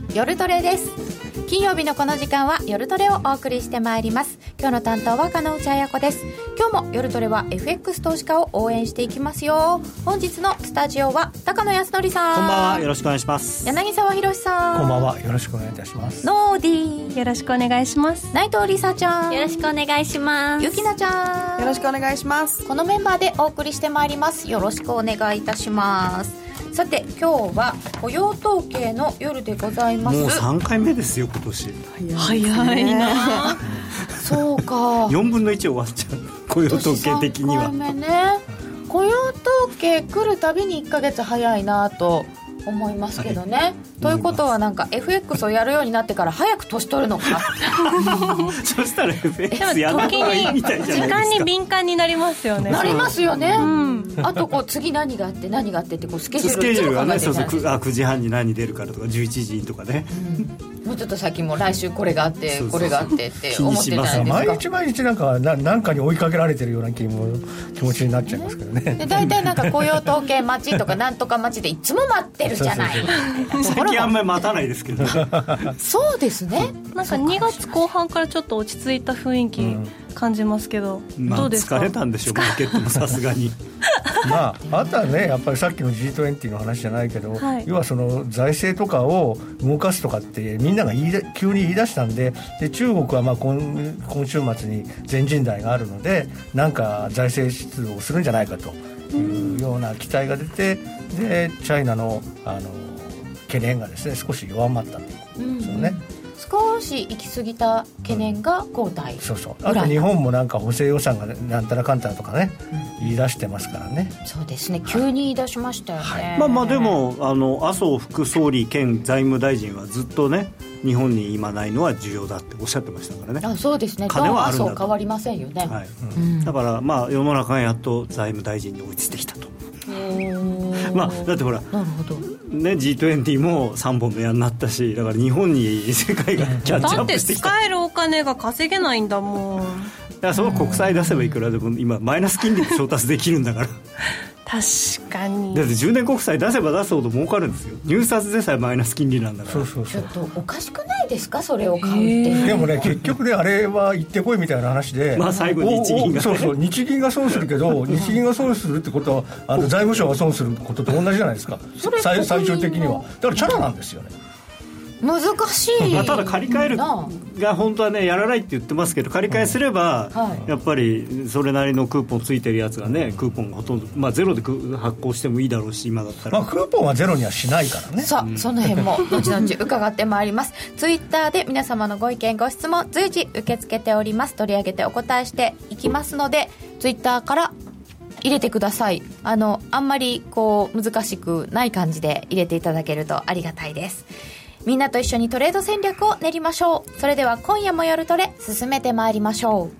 夜トレです。金曜日のこの時間は夜トレをお送りしてまいります。今日の担当は金内彩子です。今日も夜トレは FX 投資家を応援していきますよ。本日のスタジオは高野康則さん、 こんばんは、よろしくお願いします。 柳沢博さん、 こんばんは、よろしくお願いいたします。 ノーディー、 よろしくお願いします。 内藤梨沙ちゃん、 よろしくお願いします。 ゆきなちゃん、 よろしくお願いします。 このメンバーでお送りしてまいります。よろしくお願いいたします。さて今日は雇用統計の夜でございます。 もう3回目ですよ今年。 早いなそうか 4分の1終わっちゃう雇用統計的には。 3回目ね。雇用統計来るたびに1ヶ月早いなと思いますけどね、はい、ということはなんか FX をやるようになってから早く年取るのかそしたら FX やらない方がいいみたいじゃないですか。 時間に敏感になりますよね。 なりますよね、うん、あとこう次何があって何があってってこうスケジュールがね、そうそう、9時半に何出るからとか11時にとかね、 うん、もうちょっと先も来週これがあってそうそうそう、これがあってって思ってたんですか。 毎日毎日なんかに追いかけられてるような気持ちになっちゃいますけどね。 で大体なんか雇用統計待ちとかなんとか待ちでいつも待ってるじゃない最近あんまり待たないですけどそうですね。 なんか2月後半からちょっと落ち着いた雰囲気感じますけど、どうですか。 疲れたんでしょうマーケットもさすがにあとはね、やっぱりさっきの G20 の話じゃないけど、はい、要はその財政とかを動かすとかってみんなが急に言い出したんで、中国は今週末に全人代があるのでなんか財政出動をするんじゃないかというような期待が出て、でチャイナの懸念がですね少し弱まったということですよね、 少し行き過ぎた懸念が後退、 そうそう。あと日本もなんか補正予算がなんたらかんたらとかね、言い出してますからね。 そうですね、急に言い出しましたよね、はい、 まあでも麻生副総理兼財務大臣はずっとね日本に今ないのは重要だっておっしゃってましたからね。 あ、そうですね、 金はあるんだと。 麻生変わりませんよね、 はい、だからまあ世の中がやっと財務大臣に追いついてきたとまあ、だってほら、 なるほど、 ね、G20 も3本目になったし、だから日本に世界がキャッチアップしてきた。 だって使えるお金が稼げないんだもん。 いや、その国債出せばいくらでも今マイナス金利で調達できるんだから確かに。 だって10年国債出せば出すほど儲かるんですよ。入札でさえマイナス金利なんだから。 そうそうそう。 ちょっとおかしくないですかそれを買うっていう。 でもね、結局ね、あれは行ってこいみたいな話で、 まあ最後に日銀が、ね、 そうそう、日銀が損するけど日銀が損するってことは財務省が損することと同じじゃないですか最終的には。だからチャラなんですよね。 難しい、 まあ、ただ借り換えるが本当はねやらないって言ってますけど、借り換えすれば、やっぱりそれなりのクーポンついてるやつがね、クーポンがほとんど、まあ、ゼロで発行してもいいだろうし、今だったら、 まあ、クーポンはゼロにはしないからね。 さあ、その辺も後々伺ってまいりますツイッターで皆様のご意見ご質問随時受け付けております。取り上げてお答えしていきますので、ツイッターから入れてください。あんまりこう難しくない感じで入れていただけるとありがたいです。みんなと一緒にトレード戦略を練りましょう。それでは今夜も夜トレ進めてまいりましょ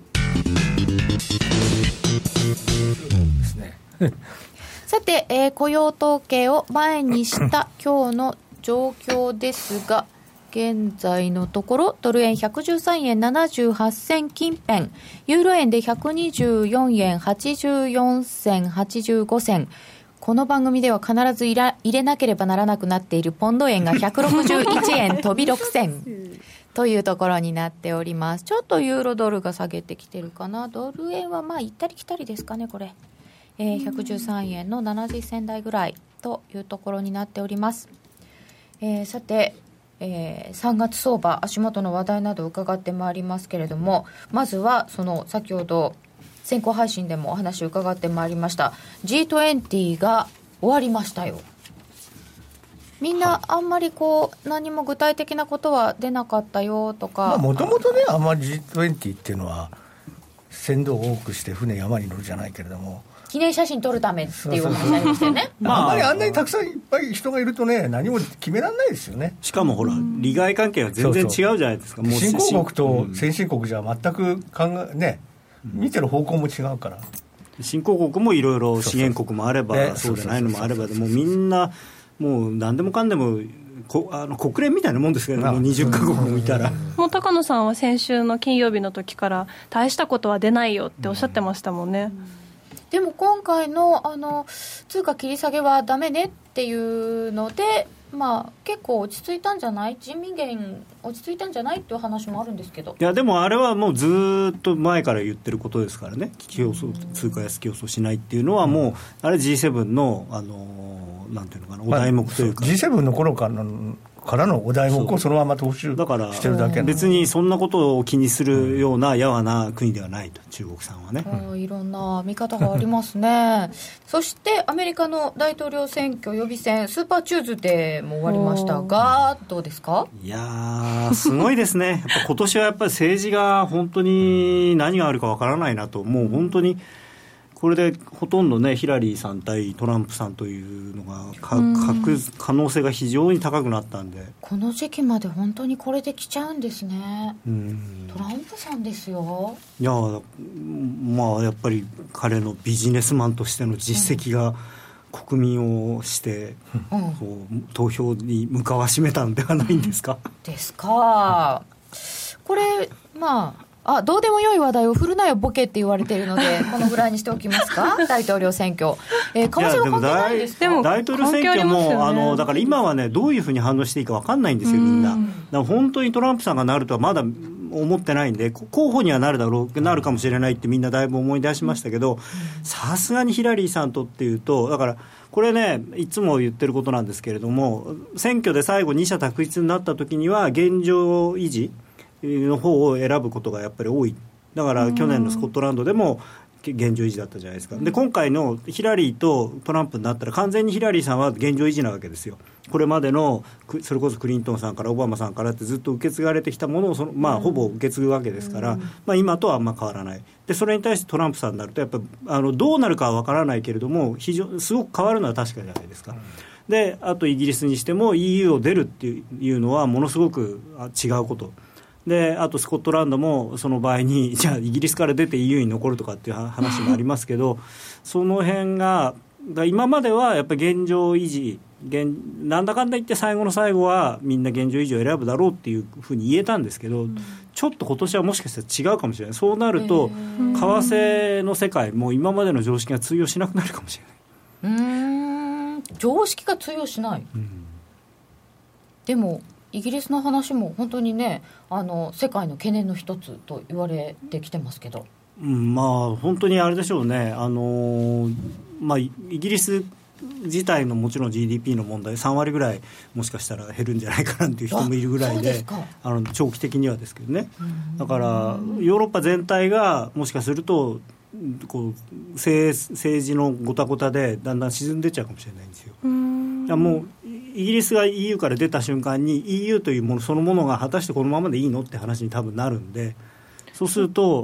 うさて、雇用統計を前にした今日の状況ですが、現在のところドル円113円78銭近辺、ユーロ円で124円84銭85銭、この番組では必ず入れなければならなくなっているポンド円が161円飛び6銭というところになっております。ちょっとユーロドルが下げてきてるかな。ドル円はまあ行ったり来たりですかねこれ、113円の70銭台ぐらいというところになっております。さて、3月相場足元の話題など伺ってまいりますけれども、まずはその先ほど先行配信でもお話を伺ってまいりました G20 が終わりましたよ。みんなあんまりこう何も具体的なことは出なかったよとか、 もともとね、あんまり G20 っていうのは船頭を多くして船山に乗るじゃないけれども、 記念写真撮るためっていうお話ありましたよねあんまりあんなにたくさんいっぱい人がいるとね、何も決められないですよね。 しかもほら、利害関係が全然違うじゃないですか。もう新興国と先進国じゃ全くね、見てる方向も違うから。 新興国もいろいろ資源国もあればそうじゃないのもあればで、もうみんなもう何でもかんでも国連みたいなもんですけど、ね、もう20カ国もいたら、 もう高野さんは先週の金曜日の時から大したことは出ないよっておっしゃってましたもんね、 でも今回の通貨切り下げはダメねっていうので結構落ち着いたんじゃない、人民元落ち着いたんじゃないっていう話もあるんですけど、 いやでもあれはもうずっと前から言ってることですからね、通貨安競争しないっていうのはもう、あれ G7 の、なんていうのかな、お題目というか、 G7 の頃からのお題目をそのまま踏襲してるだけ、 別にそんなことを気にするようなやわな国ではないと、中国さんはね、 いろんな見方がありますねそしてアメリカの大統領選挙予備選スーパーチューズデーも終わりましたが、どうですか。 いやすごいですねやっぱ今年はやっぱり政治が本当に何があるかわからないなと、もう本当にこれでほとんどね、ヒラリーさん対トランプさんというのが可能性が非常に高くなったんで、 この時期まで本当にこれで来ちゃうんですね。トランプさんですよ。 いややっぱり彼のビジネスマンとしての実績が国民をして、投票に向かわしめたんではないんですか。 ですか。これどうでもよい話題を振るなよボケって言われているのでこのぐらいにしておきますか大統領選挙、為替は関係ないですか。 でも大統領選挙も、だから今はね、どういうふうに反応していいか分かんないんですよ、みんな。だから本当にトランプさんがなるとはまだ思ってないんで、候補にはなるかもしれないってみんなだいぶ思い出しましたけど、さすがにヒラリーさんとっていうと、だからこれね、いつも言ってることなんですけれども、選挙で最後二者択一になった時には現状維持の方を選ぶことがやっぱり多い。だから去年のスコットランドでも現状維持だったじゃないですか。で今回のヒラリーとトランプになったら完全にヒラリーさんは現状維持なわけですよ。これまでのそれこそクリントンさんからオバマさんからってずっと受け継がれてきたものをほぼ受け継ぐわけですから、今とはあんま変わらない。でそれに対してトランプさんになるとやっぱどうなるかは分からないけれどもすごく変わるのは確かじゃないですか。であとイギリスにしても EU を出るっていうのはものすごく違うことで、あとスコットランドもその場合にじゃあイギリスから出て EU に残るとかっていう話もありますけどその辺が今まではやっぱり現状維持なんだかんだ言って最後の最後はみんな現状維持を選ぶだろうっていうふうに言えたんですけど、ちょっと今年はもしかしたら違うかもしれない。そうなると為替の世界も今までの常識が通用しなくなるかもしれない。 常識が通用しない、でもイギリスの話も本当にね世界の懸念の一つと言われてきてますけど、 本当にあれでしょうね。イギリス自体のもちろん GDP の問題3割ぐらいもしかしたら減るんじゃないかなっていう人もいるぐらいで、長期的にはですけどね。だからヨーロッパ全体がもしかすると政治のごたごたでだんだん沈んでっちゃうかもしれないんですよ。もうイギリスが EU から出た瞬間に EU というものそのものが果たしてこのままでいいのって話に多分なるんで、そうすると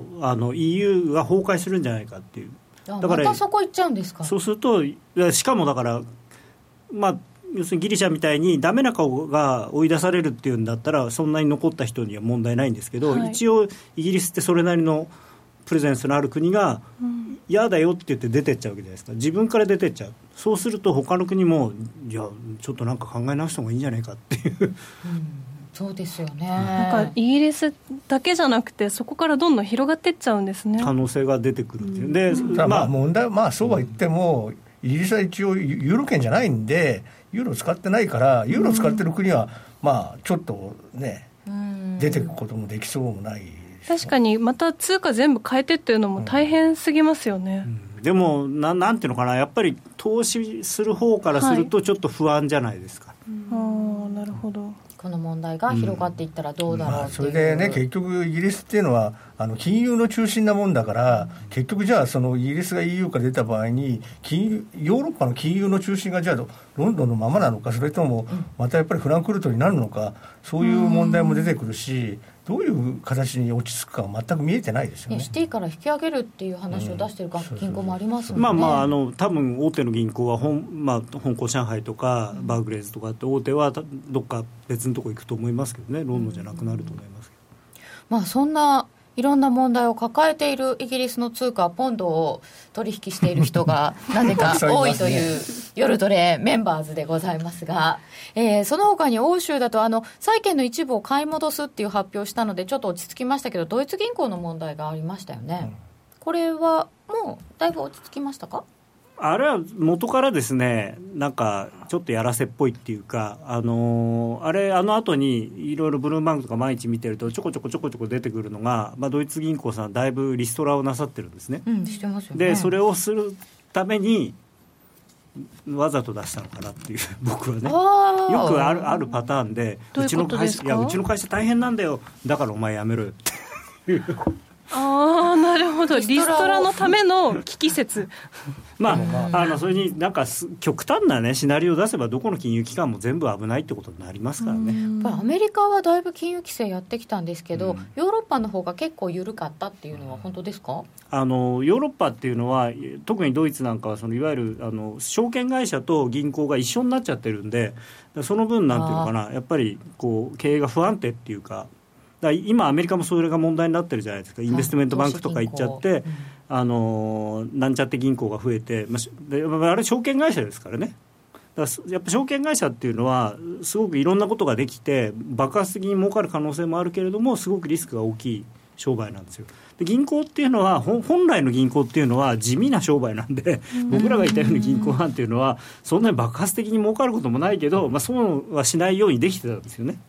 EU が崩壊するんじゃないかっていう。 だからまたそこ行っちゃうんですか。 そうするとしかもだから要するにギリシャみたいにダメな顔が追い出されるっていうんだったらそんなに残った人には問題ないんですけど、一応イギリスってそれなりのプレゼンスのある国が嫌だよって言って出てっちゃうわけじゃないですか。自分から出てっちゃう。そうすると他の国もちょっとなんか考え直した方がいいんじゃないかっていう、 そうですよね。 なんかイギリスだけじゃなくてそこからどんどん広がっていっちゃうんですね。 可能性が出てくるっていう、で問題はそうは言っても、イギリスは一応ユーロ圏じゃないんでユーロ使ってないから、ユーロ使ってる国はちょっとね、出てくこともできそうもない。 確かにまた通貨全部変えてっていうのも大変すぎますよね。 でもなんていうのかな、やっぱり投資する方からするとちょっと不安じゃないですか。 なるほど。 この問題が広がっていったらどうだろうっていう、 それでね、結局イギリスっていうのは金融の中心なもんだから、結局じゃあそのイギリスが EU から出た場合にヨーロッパの金融の中心がじゃあロンドンのままなのか、それともまたやっぱりフランクフルトになるのか、そういう問題も出てくるし、どういう形に落ち着くかは全く見えてないですよね。 シティから引き上げるっていう話を出している銀行もありますもんね。 多分大手の銀行は香港上海とかバーグレーズとかって大手はどっか別のとこ行くと思いますけどね、ロンドンじゃなくなると思いますけど、 そんないろんな問題を抱えているイギリスの通貨ポンドを取引している人がなぜか多いという夜トレメンバーズでございますが、その他に欧州だと債券の一部を買い戻すっていう発表したのでちょっと落ち着きましたけど、ドイツ銀行の問題がありましたよね。これはもうだいぶ落ち着きましたか。 あれは元からですね、なんかちょっとやらせっぽいっていうか、あれ後にいろいろブルームバーグとか毎日見てるとちょこちょこ出てくるのが、ドイツ銀行さんだいぶリストラをなさってるんですね、 してますよね。 でそれをするためにわざと出したのかなっていう僕はね、よくあるパターンで、 どういうことですか？ うちの会社大変なんだよ、だからお前辞めろよっていうなるほど、リストラのための危機説それになんか極端な、ね、シナリオを出せばどこの金融機関も全部危ないってことになりますからね。 やっぱりアメリカはだいぶ金融規制やってきたんですけど、ヨーロッパの方が結構緩かったっていうのは本当ですか？ ヨーロッパっていうのは特にドイツなんかはいわゆる証券会社と銀行が一緒になっちゃってるんで、その分なんていうのかな、やっぱりこう経営が不安定っていうか、だから今アメリカもそれが問題になってるじゃないですか。インベストメントバンクとか行っちゃって、なんちゃって銀行が増えて、あれ証券会社ですからね。だからやっぱ証券会社っていうのはすごくいろんなことができて爆発的に儲かる可能性もあるけれども、すごくリスクが大きい商売なんですよ。で銀行っていうのは本来の銀行っていうのは地味な商売なんで、僕らが言ったように銀行なんていうのはそんなに爆発的に儲かることもないけど、そうはしないようにできてたんですよね。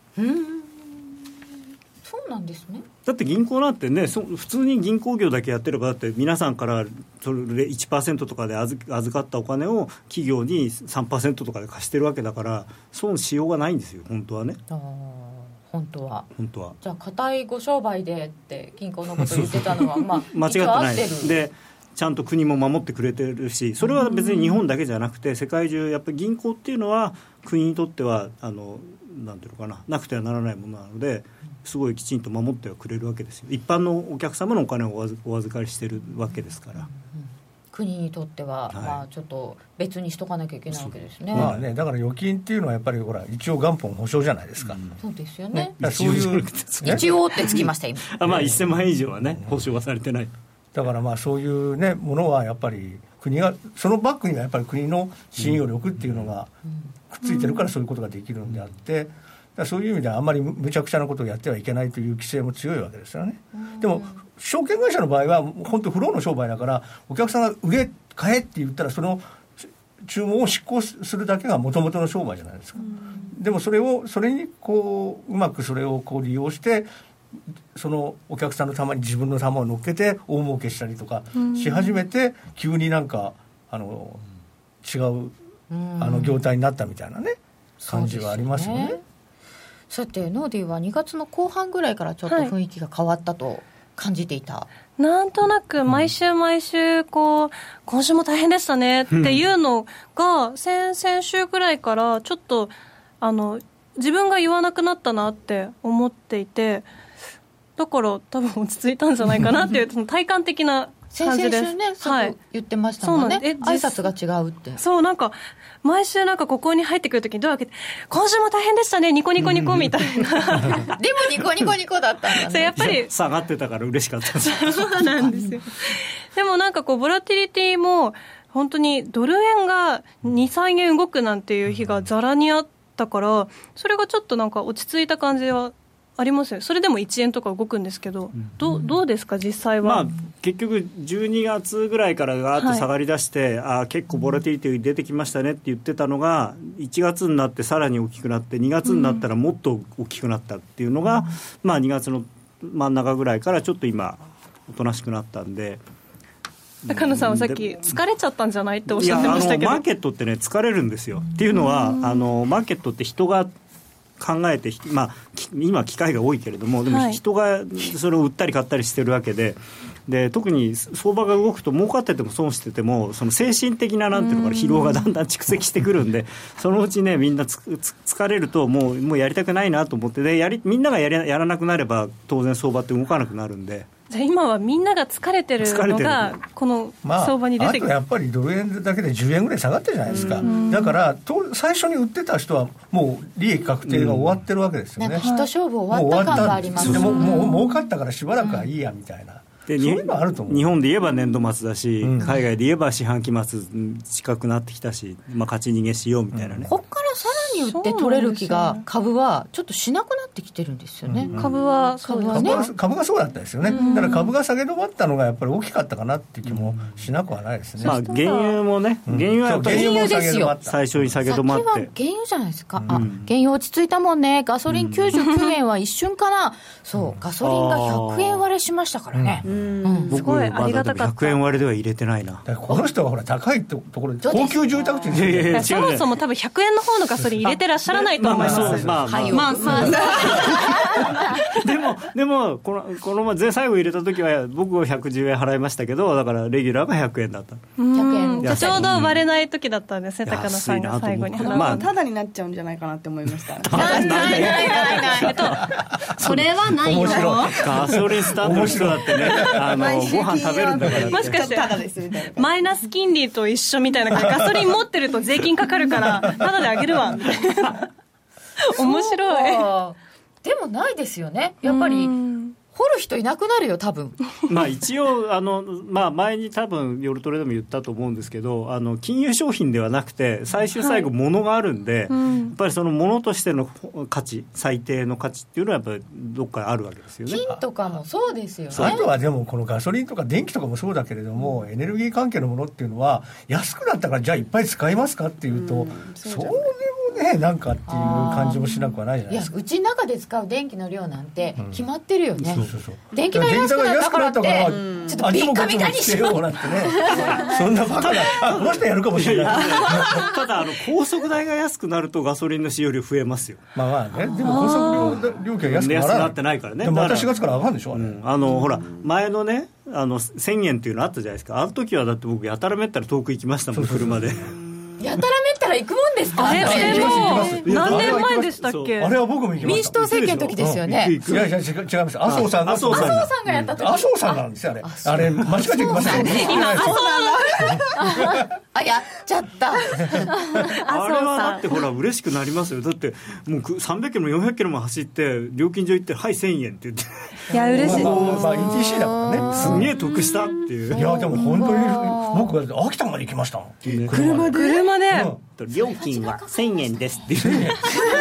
そうなんですね。 だって銀行なんてね、普通に銀行業だけやってれば、だって皆さんからそれで 1% とかで預かったお金を企業に 3% とかで貸してるわけだから、損しようがないんですよ本当はね。 本当はじゃあ固いご商売でって銀行のこと言ってたのは間違ってないで、ちゃんと国も守ってくれてるし、それは別に日本だけじゃなくて世界中やっぱり銀行っていうのは国にとってはなんていうのかな、なくてはならないものなので、すごいきちんと守ってはくれるわけですよ。一般のお客様のお金をお預かりしてるわけですから、 国にとっては、ちょっと別にしとかなきゃいけないわけですね。 だから預金っていうのはやっぱりほら一応元本保証じゃないですか。 そうですよね。 そういう一応ってつきました今。 1000万円以上はね保証はされてない。 だからそういうねものはやっぱり国がそのバックにはやっぱり国の信用力っていうのがくっついてるからそういうことができるんであって、そういう意味ではあんまり無茶苦茶なことをやってはいけないという規制も強いわけですよね。でも証券会社の場合は本当フローの商売だから、お客さんが売れ買えって言ったらその注文を執行するだけが元々の商売じゃないですか。でもそれにこううまくそれをこう利用して、そのお客さんの玉に自分の玉を乗っけて大儲けしたりとかし始めて、急になんか違う業態になったみたいなね感じはありますよね。 さてノーディは2月の後半ぐらいからちょっと雰囲気が変わったと感じていた、 なんとなく毎週今週も大変でしたねっていうのが、先々週ぐらいからちょっと自分が言わなくなったなって思っていて、だから多分落ち着いたんじゃないかなっていうその体感的な感じです。 先々週ね、言ってましたもんね。挨拶が違うって。 そう、なんか毎週なんかここに入ってくるときにドア開けて、今週も大変でしたねニコニコニコみたいなでもニコニコニコだったんだね。 そうやっぱり下がってたから嬉しかったですそうなんですよ。でもなんかボラティリティも本当にドル円が 2,3 円動くなんていう日がざらにあったから、それがちょっとなんか落ち着いた感じはありますよ。それでも1円とか動くんですけど、どうですか実際は。 結局12月ぐらいからガーッと下がりだして、結構ボラティリティ出てきましたねって言ってたのが、1月になってさらに大きくなって、2月になったらもっと大きくなったっていうのが、2月の真ん中ぐらいからちょっと今おとなしくなったんで。 中野さんはさっき疲れちゃったんじゃないっておっしゃってましたけど、 マーケットってね疲れるんですよ。っていうのはマーケットって人が考えて、今機械が多いけれども、でも人がそれを売ったり買ったりしてるわけで、特に相場が動くと儲かってても損してても、その精神的ななんていうのかな、疲労がだんだん蓄積してくるんで、そのうちねみんな疲れるともうやりたくないなと思って、みんながやらなくなれば当然相場って動かなくなるんで。 じゃあ今はみんなが疲れてるのがこの相場に出てくる。 あとやっぱりドル円だけで10円ぐらい下がってるじゃないですか。だから最初に売ってた人はもう利益確定が終わってるわけですよね。 なんか一勝負終わった感があります。 でももう儲かったからしばらくはいいやみたいな、 でそういうのあると思う。 日本で言えば年度末だし、海外で言えば四半期末近くなってきたし、勝ち逃げしようみたいなね。 こっからさらに売って取れる気が株はちょっとしなくなってきてるんですよね、 株はそうですね、 株がそうだったですよね、だから株が下げ止まったのがやっぱり大きかったかなっていう気もしなくはないですね、 まあ、原油もね、原油はやっぱり最初に下げ止まって、 先は原油じゃないですか、原油落ち着いたもんね、ガソリン99円は一瞬かな、そうガソリンが100円割れしましたからね、 すごいありがたかった。 100円割れでは入れてないな。 だからこの人はほら高いところで高級住宅地にそもそも多分100円の方のガソリン入れてらっしゃらないと思います。 でもこの最後入れた時は僕は110円払いましたけど、だからレギュラーが100円だった。 100円ちょうど割れない時だったんですね、高野さんが最後に払う。 まあタダになっちゃうんじゃないかなって思いました。 それはないよ。 ガソリンスタンドの人だってね、ご飯食べるんだからって。 もしかしてタダですみたいな。 マイナス金利と一緒みたいな感じ、ガソリン持ってると税金かかるからタダであげるわみたいな。面白い。 でもないですよね、やっぱり掘る人いなくなるよ多分。 まあ一応まあ、前に多分夜トレでも言ったと思うんですけど、金融商品ではなくて最終最後物があるんで、やっぱりその物としての価値、最低の価値っていうのはやっぱりどっかあるわけですよね。 金とかもそうですよね。 あとはでもこのガソリンとか電気とかもそうだけれども、エネルギー関係のものっていうのは安くなったからじゃあいっぱい使いますかっていうと、そうでもねなんかっていう感じもしなくはないじゃないですか。 いやうちの中で使う電気の量なんて決まってるよね、 そう電気代安くなったからってちょっとビッカビカにしようなんてねそんなバカなこの人やるかもしれないただ高速代が安くなるとガソリンの使用量増えますよ。 まあね、でも高速料金は安くなってないからね。 でもまた4月から上がるんでしょ、 ほら前のね1000円っていうのあったじゃないですか。あの時はだって僕やたらめったら遠く行きましたもん、車で。 やたらめったら行くもんですか。 あれでも何年前でしたっけ。 あれは僕も行きました。 民主党政権の時ですよね。 いや違います。麻生さんがやった時。 麻生さんなんですよあれ間違えて行きましたね。 今あやっちゃったあれはだってほら嬉しくなりますよ。だってもう300キロも400キロも走って料金所行ってはい1000円って言って、 いや嬉しい。 まあ ETC だからね、 すげえ得したっていう。 いやでも本当に僕は秋田まで行きましたもん、 車で、 料金は1000円ですっていう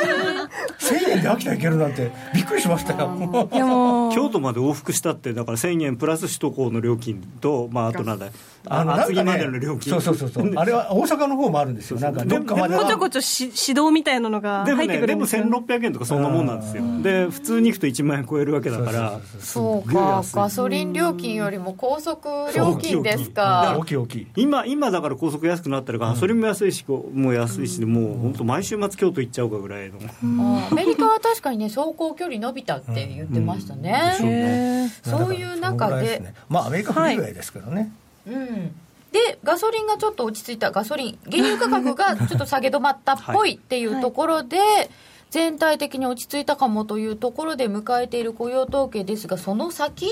1000円で秋田行けるなんてびっくりしましたよ。 いやもう京都まで往復したって、だから1000円プラス首都高の料金と、まあ、あとなんだ厚木までの料金、 そうあれは大阪の方もあるんですよ。なんかどっかまではこちょこちょ指導みたいなのが入ってくるんですよ。 でも1600円とかそんなもんなんですよ。で普通に行くと1万円超えるわけだから。 そうか、ガソリン料金よりも高速料金ですか。 大きい今だから高速安くなったらガソリンも安いし、もう安いしで、もう本当毎週末京都行っちゃうかぐらいの。 アメリカは確かにね走行距離伸びたって言ってましたね、そういう中で、 まあアメリカフリーウェイですけどね、 でガソリンがちょっと落ち着いた、原油価格がちょっと下げ止まったっぽいっていうところで、全体的に落ち着いたかもというところで迎えている雇用統計ですが、その先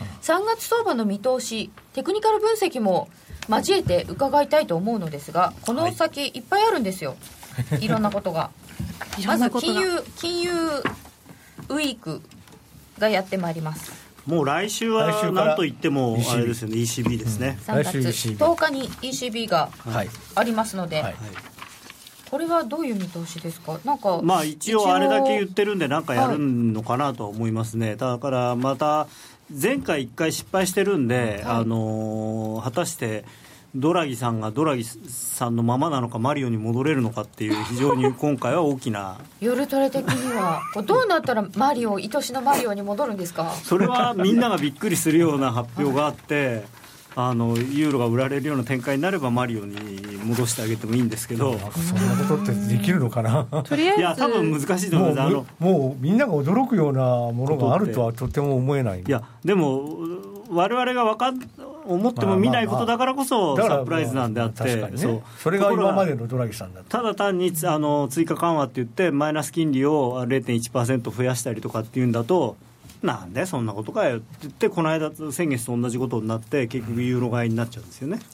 3月相場の見通し、テクニカル分析も交えて伺いたいと思うのですが、この先いっぱいあるんですよ、いろんなことがまず金融ウィークがやってまいります。 もう来週は何といってもあれですよね、ECB ですね。 3月10日に ECB がありますので、これはどういう見通しですか。なんかまあ一応あれだけ言ってるんでなんかやるのかなとは思いますね。だからまた前回1回失敗してるんで、果たしてドラギさんがドラギさんのままなのかマリオに戻れるのかっていう非常に今回は大きな夜トレ的にはどうなったらマリオ、愛しのマリオに戻るんですか。 それはみんながびっくりするような発表があってユーロが売られるような展開になればマリオに戻してあげてもいいんですけど、 そんなことってできるのかな。 とりあえずいや多分難しいと思います。 もうみんなが驚くようなものがあるとはとても思えない。 いやでも我々が思っても見ないことだからこそサプライズなんであって、 それが今までのドラギさんだっただ単に追加緩和って言ってマイナス金利を 0.1% 増やしたりとかっていうんだと、なんでそんなことかよって言って、この間先月と同じことになって結局ユーロ買いになっちゃうんですよね。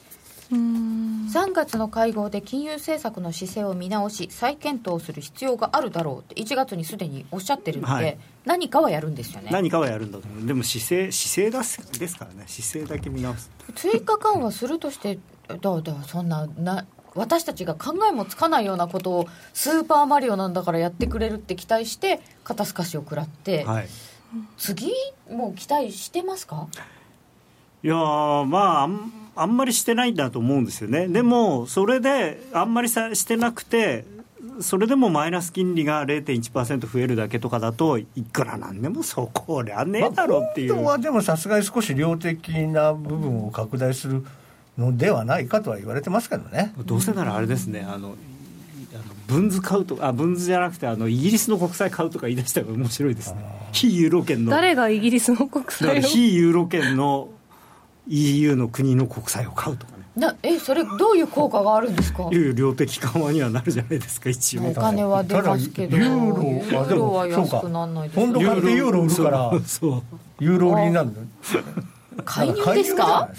3月の会合で金融政策の姿勢を見直し再検討する必要があるだろうって1月にすでにおっしゃってるので、何かはやるんですよね。 何かはやるんだと思う。でも姿勢ですからね。姿勢だけ見直す。 追加緩和するとしてそんな私たちが考えもつかないようなことをスーパーマリオなんだからやってくれるって期待して肩透かしを食らって、はい、次も期待してますか？ いやまああんまりしてないんだと思うんですよね。でもそれであんまりしてなくて、それでもマイナス金利が 0.1% 増えるだけとかだといくらなんでもそこりゃねえだろっていう、 本当はでもさすがに少し量的な部分を拡大するのではないかとは言われてますけどね。 どうせならあれですね、ブンズ買うとか、ブンズじゃなくてイギリスの国債買うとか言い出したら面白いですね。非ユーロ圏の、 誰がイギリスの国債を、だから非ユーロ圏の EU の国の国債を買うとかね。 それどういう効果があるんですか？ 量的緩和にはなるじゃないですか。一応お金は出ますけど、ユーロは安くならないです。 ポンド買ってユーロ売るからそうユーロ売りになるの。 介入ですか？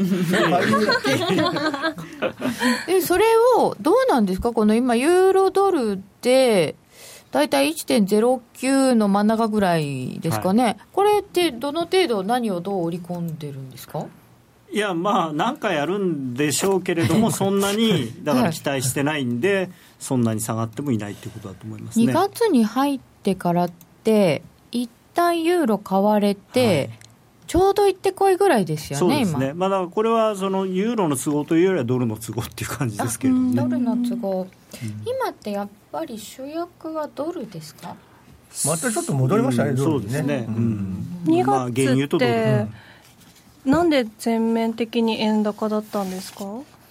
それをどうなんですか？この今ユーロドルでだいたい 1.09 の真ん中ぐらいですかね、はい、これってどの程度何をどう織り込んでるんですか？ いやまあ何かやるんでしょうけれどもそんなにだから期待してないんで、はい、そんなに下がってもいないっていうことだと思いますね。 2月に入ってからって一旦ユーロ買われて、はい、ちょうど行ってこいぐらいですよね。 そうですね、まあ、だからこれはそのユーロの都合というよりはドルの都合っていう感じですけれどもね。 ドルの都合、今ってやっぱり主役はドルですか？ またちょっと戻りましたね、ドルにね。 そうですね、 2月って、なんで全面的に円高だったんですか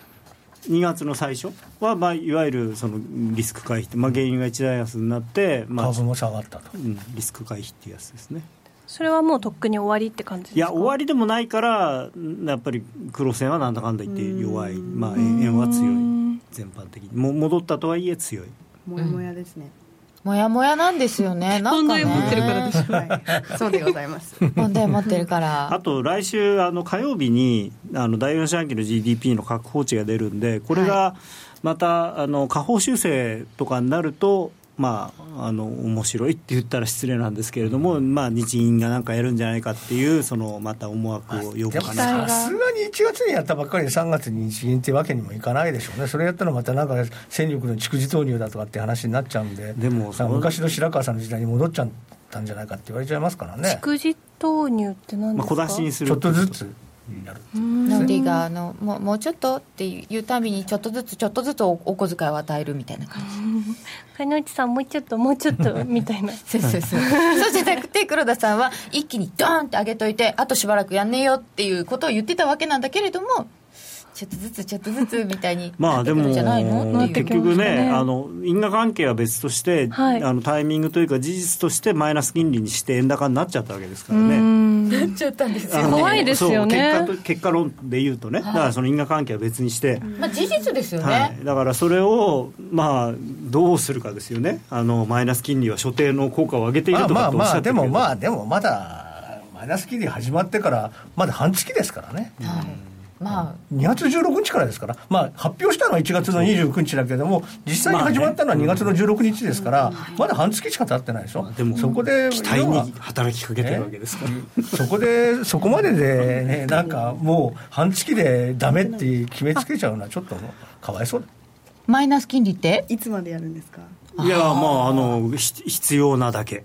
？2月の最初は、まあ、いわゆるそのリスク回避、まあ、原油が一段安になって、まあ、 株も下がったと、 リスク回避っていうやつですね。 それはもうとっくに終わりって感じですか？ いや終わりでもないから、やっぱり黒線はなんだかんだ言って弱い、まあ、円は強い、全般的に戻ったとはいえ強い。 もやもやですね。 もやもやなんですよね。なんかね、 問題持ってるからでしょ、 はい、そうでございます。 問題持ってるからあと来週火曜日に第4四半期の GDP の確報値が出るんで、これがまた下方修正とかになると、まあ、面白いって言ったら失礼なんですけれども、まあ、日銀がなんかやるんじゃないかっていうまた思惑を呼ぶかな。 さすがに1月にやったばっかりで3月に日銀ってわけにもいかないでしょうね。それやったらまたなんか戦力の蓄次投入だとかって話になっちゃうんで、でも昔の白川さんの時代に戻っちゃったんじゃないかって言われちゃいますからね。 蓄次投入って何ですか？ まあ、小出しにするちょっとずつになる。 ノディがもうちょっとっていうたびにちょっとずつお小遣いを与えるみたいな感じ。 金内さんもうちょっとみたいなそうそうじゃなくて黒田さんは一気にドーンって上げといて、あとしばらくやんねえよっていうことを言ってたわけなんだけれども、ちょっとずつみたいになってくるんじゃないの、 まあ、でも結局ね、因果関係は別として、 はい、 タイミングというか事実としてマイナス金利にして円高になっちゃったわけですからね。 なっちゃったんですよね。 怖いですよね。 結果論で言うとね、だからその因果関係は別にして、 まあ、事実ですよね、 はい、だからそれを、まあ、どうするかですよね。マイナス金利は所定の効果を上げているとかっておっしゃってるけど、 でもまだマイナス金利始まってからまだ半月ですからね、まあ、2月16日からですから、まあ、発表したのは1月の29日だけども実際に始まったのは2月の16日ですから、まだ半月しか経ってないでしょ。 でもそこで期待に働きかけてるわけですから、 そこまでで、ね、なんかもう半月でダメって決めつけちゃうのはちょっとかわいそうだ。 マイナス金利っていつまでやるんですか？ いやまあ必要なだけ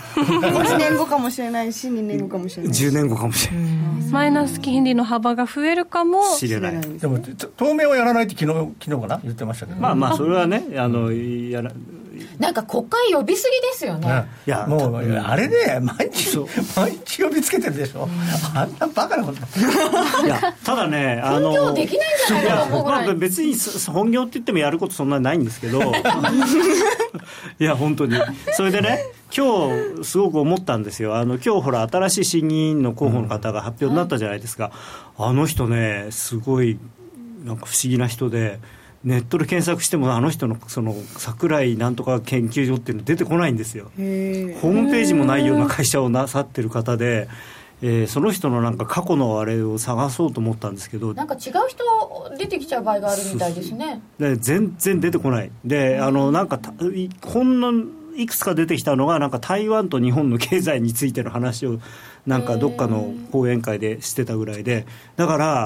1年後かもしれないし2年後かもしれないし 10年後かもしれない。 マイナス金利の幅が増えるかもしれない。 でも当面はやらないって昨日かな言ってましたけど、 まあそれはねなんか国会呼びすぎですよね。 いやもうあれで毎日呼びつけてるでしょ、あんなバカなこといやただね本業できないんじゃないかと思うぐらい、 別に本業って言ってもやることそんなにないんですけどいや本当にそれでね今日すごく思ったんですよ。今日ほら新しい審議員の候補の方が発表になったじゃないですか、あの人ねすごいなんか不思議な人で、ネットで検索してもあの人のその桜井なんとか研究所っていうの出てこないんですよ。ホームページもないような会社をなさってる方で、その人のなんか過去のあれを探そうと思ったんですけど、 なんか違う人出てきちゃう場合があるみたいですね。 で全然出てこないで、なんかほんのいくつか出てきたのがなんか台湾と日本の経済についての話をなんかどっかの講演会でしてたぐらいで、だから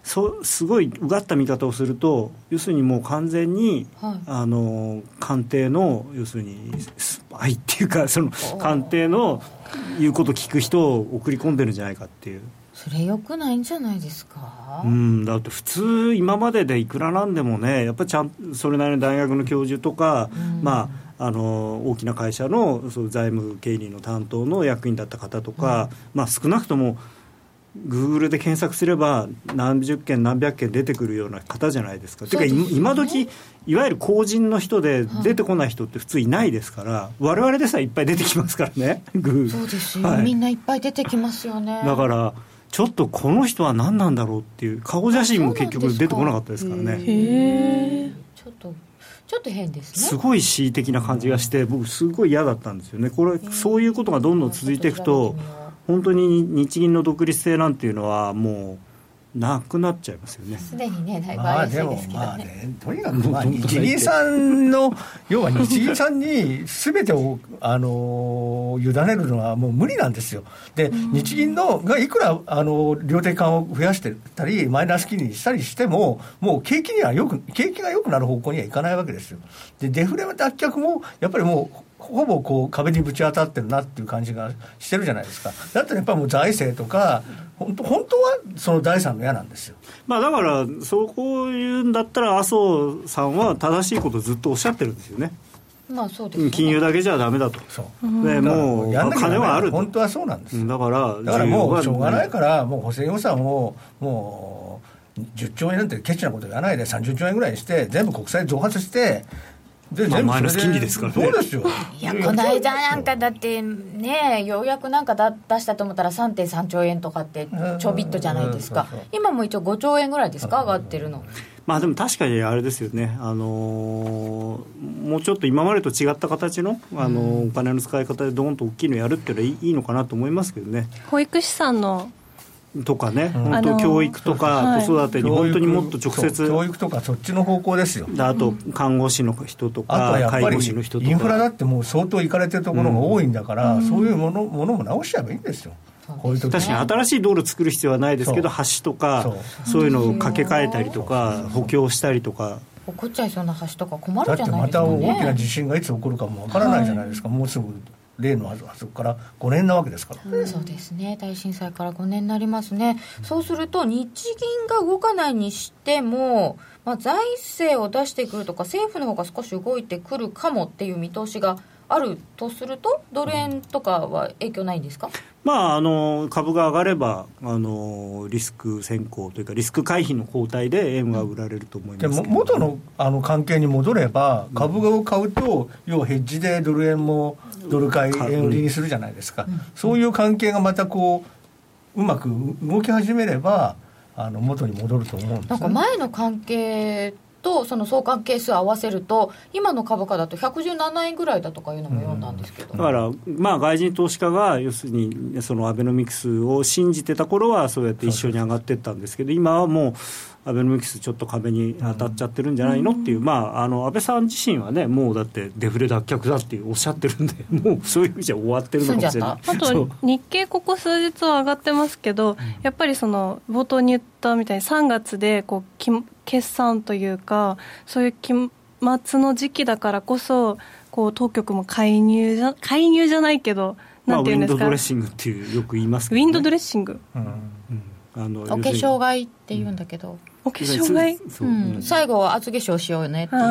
すごいうがった見方をすると要するにもう完全に、官邸の要するにスパイっていうかその官邸の言うこと聞く人を送り込んでるんじゃないかっていう。 それ良くないんじゃないですか。 だって普通今まででいくらなんでもねやっぱりちゃんそれなりの大学の教授とか、大きな会社のそう財務経理の担当の役員だった方とか、少なくともGoogle で検索すれば何十件何百件出てくるような方じゃないですか。てか今時いわゆる公人の人で出てこない人って普通いないですから、我々でさえいっぱい出てきますからねGoogle。 そうですよ、みんないっぱい出てきますよね。 だからちょっとこの人は何なんだろうっていう顔写真も結局出てこなかったですからね。 へー、ちょっと変ですね。 すごい恣意的な感じがして僕すごい嫌だったんですよね。これそういうことがどんどん続いていくと本当に日銀の独立性なんていうのはもうなくなっちゃいますよね。 すでにねだいぶ怪しいですけどね。 とにかく日銀さんの要は日銀さんに全てを委ねるのはもう無理なんですよ。で、日銀のがいくら量的緩和を増やしてたりマイナス金利にしたりしてももう景気が良くなる方向にはいかないわけですよ。でデフレ脱却もやっぱりもうほぼこう壁にぶち当たってるなっていう感じがしてるじゃないですか。だってやっぱりもう財政とか本当はその第三の矢なんですよ。 だからそういうんだったら麻生さんは正しいことをずっとおっしゃってるんですよね。 そうですね、 金融だけじゃダメだと。でもう金はあると。 本当はそうなんです。 だからもうしょうがないからもう補正予算をもう10兆円なんてケチなこと言わないで30兆円ぐらいにして全部国債増発してマイナス金利ですからね。 そうですよ。 いやこの間なんかだってねようやくなんか出したと思ったら 3.3 兆円とかってちょびっとじゃないですか。今も一応5兆円ぐらいですか上がってるの。 でも確かにあれですよね、もうちょっと今までと違った形の、お金の使い方でドーンと大きいのやるっていうのはいいのかなと思いますけどね。 保育士さんのとかね、本当教育とか子育てに本当にもっと直接教育とかそっちの方向ですよ。 あと看護師の人とか介護士の人とかインフラだってもう相当いかれてるところが多いんだから、そういうものも直しちゃえばいいんですよ。こういう時確かに新しい道路作る必要はないですけど橋とかそういうのを掛け替えたりとか補強したりとか起こっちゃいそうな橋とか困るじゃないですかね。 だってまた大きな地震がいつ起こるかもわからないじゃないですか、もうすぐ例のあそこから5年なわけですから、 そうですね大震災から5年になりますね。そうすると日銀が動かないにしても、財政を出してくるとか政府の方が少し動いてくるかもっていう見通しがあるとするとドル円とかは影響ないんですか。 株が上がればリスク先行というかリスク回避の後退で円は売られると思いますけど、 でも元の関係に戻れば株を買うと要はヘッジでドル円もドル買い円売りにするじゃないですか、そういう関係がまたこううまく動き始めれば元に戻ると思うんですね。 なんか前の関係とその相関係数を合わせると今の株価だと117円ぐらいだとかいうのも読んだんですけど、 だから外人投資家が要するにそのアベノミクスを信じてた頃はそうやって一緒に上がっていったんですけど、今はもうアベノミクスちょっと壁に当たっちゃってるんじゃないのっていう、安倍さん自身はねもうだってデフレ脱却だっておっしゃってるんでもうそういう意味じゃ終わってるのかもしれない。 あと日経ここ数日は上がってますけど、やっぱりその冒頭に言ったみたいに3月でこう決算というかそういう期末の時期だからこそこう当局も介入じゃないけどなんていうんですか、 ウィンドドレッシングっていうよく言いますけど、 ウィンドドレッシング、 お化粧買いって言うんだけど、 お化粧買い、 最後は厚化粧しようよねっていう、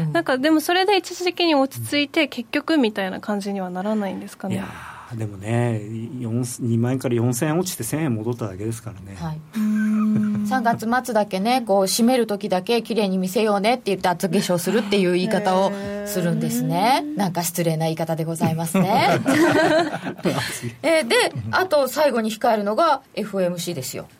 なんかでもそれで一時的に落ち着いて結局みたいな感じにはならないんですかね。 いやでもね2万円から4000円落ちて1000円戻っただけですからね、 3月末だけねこう締める時だけ綺麗に見せようねって言って厚化粧するっていう言い方をするんですね。なんか失礼な言い方でございますねであと最後に控えるのが FOMC ですよ。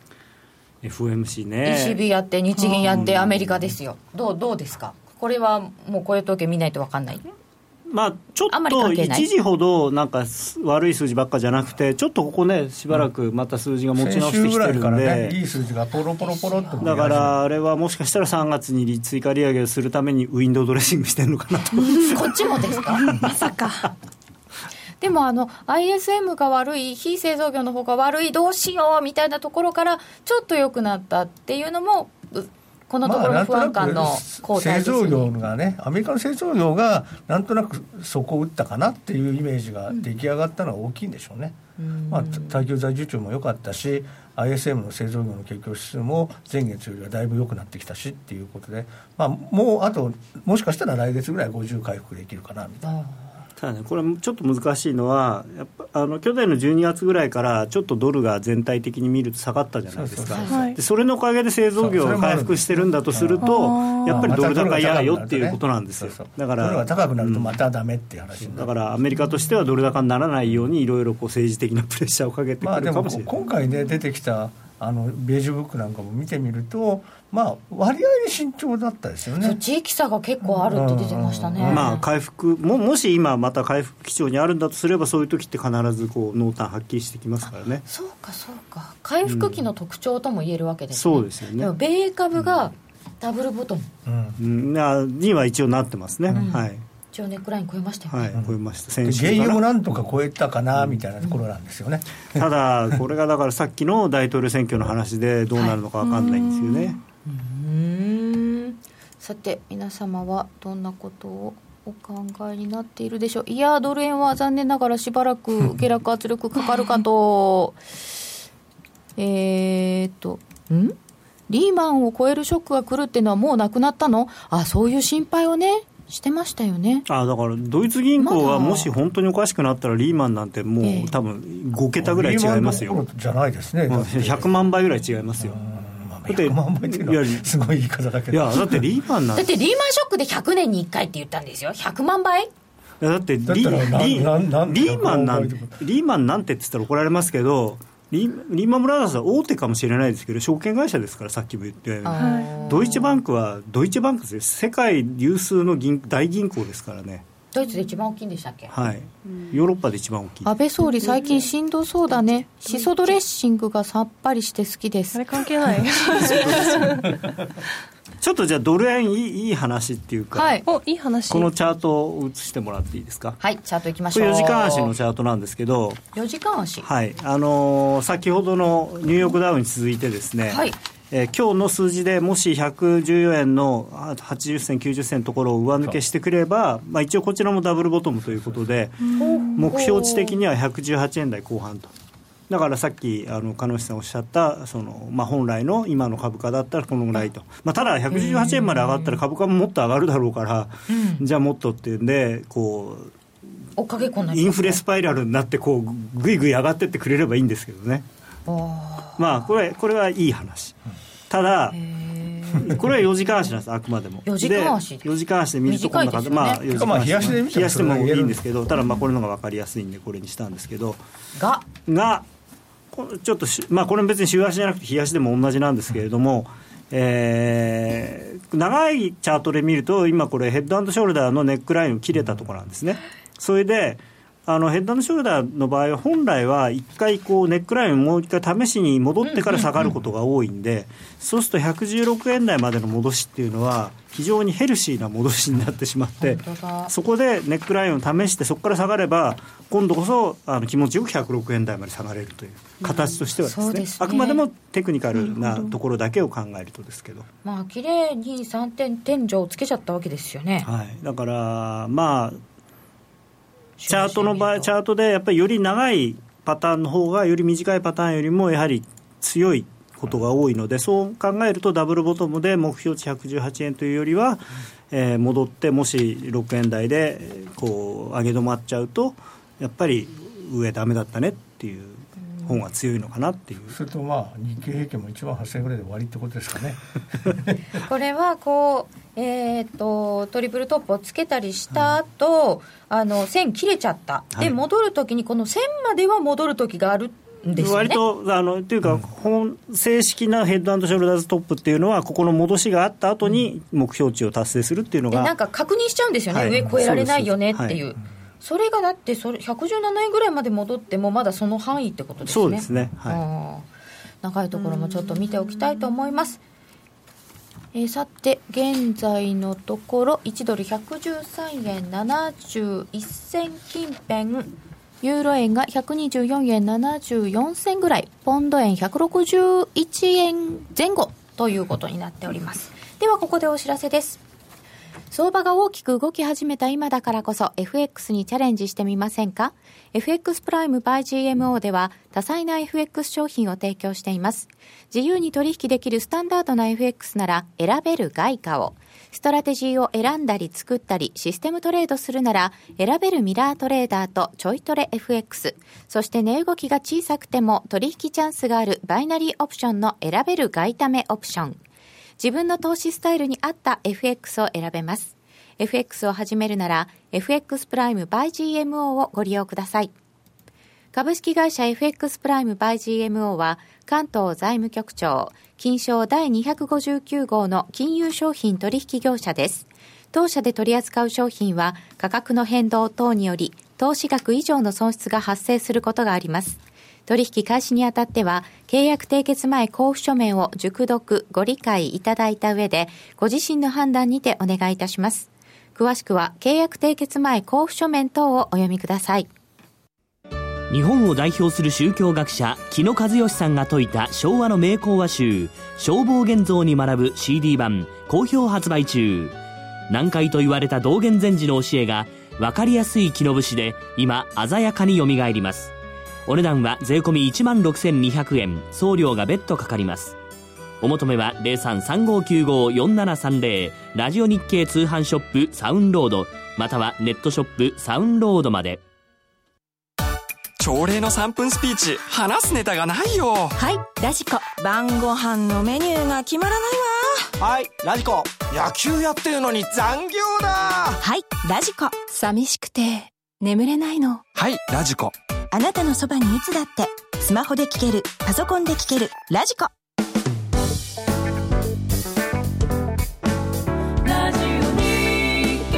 FOMC ね ECB やって日銀やってアメリカですよ。どうですかこれは。もうこういう統計見ないと分かんない。 ちょっと一時ほどなんか悪い数字ばっかじゃなくてちょっとここねしばらくまた数字が持ち直してきてるんで、先週ぐらいからねいい数字がポロポロポロっとだからあれはもしかしたら3月に追加利上げをするためにウィンドウドレッシングしてるのかなとこっちもですかまさかでもISM が悪い、非製造業の方が悪い、どうしようみたいなところからちょっと良くなったっていうのもこのところの不安感の後退ですよね。 製造業がね、アメリカの製造業がなんとなく底を打ったかなっていうイメージが出来上がったのは大きいんでしょうね。耐久財受注も良かったし、 ISM の製造業の景況指数も前月よりはだいぶ良くなってきたしっていうことで、もうあともしかしたら来月ぐらい50回復できるかなみたいな。 ただね、これちょっと難しいのはやっぱ去年の12月ぐらいからちょっとドルが全体的に見ると下がったじゃないですか。でそれのおかげで製造業が回復してるんだとすると、やっぱりドル高嫌よっていうことなんですよ。だからドルが高くなるとまたダメっていう話になる。 だからアメリカとしてはドル高にならないようにいろいろ政治的なプレッシャーをかけてくるかもしれない。 でも今回ね出てきたベージュブックなんかも見てみると、割合に慎重だったですよね。 そう、地域差が結構あるって出てましたね。 回復もし今また回復基調にあるんだとすれば、そういう時って必ず濃淡はっきりしてきますからね。 そうか回復期の特徴とも言えるわけですね。 そうですよね。 でも米株がダブルボトム、 には一応なってますね。はい。 一応ネックライン超えましたよね。 超えました。先週から原油もなんとか超えたかなみたいなところなんですよね。 ただこれがだからさっきの大統領選挙の話でどうなるのか分かんないんですよね。 さて皆様はどんなことをお考えになっているでしょう。いやドル円は残念ながらしばらく下落圧力かかるかとリーマンを超えるショックが来るっていうのはもうなくなったの？そういう心配をねしてましたよね。 だからドイツ銀行がもし本当におかしくなったらリーマンなんてもう多分5桁ぐらい違いますよ。 リーマンどころじゃないですね。 100万倍ぐらい違いますよ。 100万倍っていうのはすごい言い方だけど、 だってリーマンなんだってリーマンショックで100年に1回って言ったんですよ。100万倍。 だってリーマンなんてって言ったら怒られますけど、リーマンブラザーズは大手かもしれないですけど証券会社ですから。さっきも言ったようにドイツバンクはドイツバンクです。世界有数の大銀行ですからね。 ドイツで一番大きいんでしたっけ？ はい、ヨーロッパで一番大きい。 安倍総理最近しんどそうだね。シソドレッシングがさっぱりして好きです。 あれ関係ないちょっとじゃあドル円いい話っていうか、 いい話。 このチャートを映してもらっていいですか？ はい、チャートいきましょう。 これ4時間足のチャートなんですけど、 4時間足、 はい、先ほどのニューヨークダウに続いてですね、 はい、 今日の数字でもし114円の80銭90銭のところを上抜けしてくれば、一応こちらもダブルボトムということで、目標値的には118円台後半と。だからさっき鹿野さんおっしゃった本来の今の株価だったらこのぐらいと、ただ118円まで上がったら株価ももっと上がるだろうから、じゃあもっとっていうんで追っかけっこになりますね。インフレスパイラルになってぐいぐい上がってってくれればいいんですけどね。これはいい話。ただこれは4時間足なんです。あくまでも 4時間足で4時間足で見るとこんな感じ、冷やしてもいいんですけど、ただこれの方が分かりやすいんでこれにしたんですけど、がちょっとこれ別に週足じゃなくて日足でも同じなんですけれども、長いチャートで見ると今これヘッド&ショルダーのネックラインを切れたところなんですね。それでヘッド&ショルダーの場合は本来は一回ネックラインをもう一回試しに戻ってから下がることが多いんで、そうすると116円台までの戻しっていうのは非常にヘルシーな戻しになってしまって、そこでネックラインを試してそこから下がれば今度こそ気持ちよく106円台まで下がれるという形としてはですね、あくまでもテクニカルなところだけを考えるとですけど、 綺麗に3点天井をつけちゃったわけですよね。 はい、だからチャートでやっぱりより長いパターンの方がより短いパターンよりもやはり強いことが多いので、そう考えるとダブルボトムで目標値118円というよりは、戻ってもし6円台で上げ止まっちゃうとやっぱり上ダメだったねっていう方が強いのかなっていう。 それと日経平均も1万8000円ぐらいで終わりってことですかねこれはトリプルトップをつけたりした後、線切れちゃった、で戻るときにこの線までは戻るときがあるんですよね。割とというか、正式なヘッド&ショルダーズトップっていうのはここの戻しがあった後に目標値を達成するっていうのが、 なんか確認しちゃうんですよね、上越えられないよねっていう。それがだって117円ぐらいまで戻ってもまだその範囲ってことですね。 そうですね、 長いところもちょっと見ておきたいと思います。さて現在のところ1ドル113円71銭近辺ユーロ円が124円74銭ぐらい、ポンド円161円前後ということになっております。ではここでお知らせです。相場が大きく動き始めた今だからこそ FX にチャレンジしてみませんか？ FX プライム by GMO では多彩な FX 商品を提供しています。自由に取引できるスタンダードな FX なら選べる外貨を、ストラテジーを選んだり作ったりシステムトレードするなら選べるミラートレーダーとちょいトレ FX、 そして値動きが小さくても取引チャンスがあるバイナリーオプションの選べる外為オプション。自分の投資スタイルに合った FX を選べます。FX を始めるなら FX プライム by GMO をご利用ください。株式会社 FX プライム by GMO は関東財務局長金商第259号の金融商品取引業者です。当社で取り扱う商品は価格の変動等により投資額以上の損失が発生することがあります。取引開始にあたっては契約締結前交付書面を熟読ご理解いただいた上でご自身の判断にてお願いいたします。詳しくは契約締結前交付書面等をお読みください。 日本を代表する宗教学者木野和義さんが説いた昭和の名講話集正法現像に学ぶ CD 版好評発売中。難解と言われた道元禅師の教えが分かりやすい木の節で今鮮やかによみがえります。お値段は税込み 16,200 円、送料が別途かかります。お求めは 0335954730 ラジオ日経通販ショップサウンロードまたはネットショップサウンロードまで。 朝礼の3分スピーチ、話すネタがないよ。 はい、ラジコ。晩ご飯のメニューが決まらないわ。はい、ラジコ。野球やってるのに残業だ。 はい、ラジコ。寂しくて眠れないの。 はい、ラジコ。 あなたのそばにいつだってスマホで聞ける、パソコンで聞ける、ラジコ。ラジオ日経。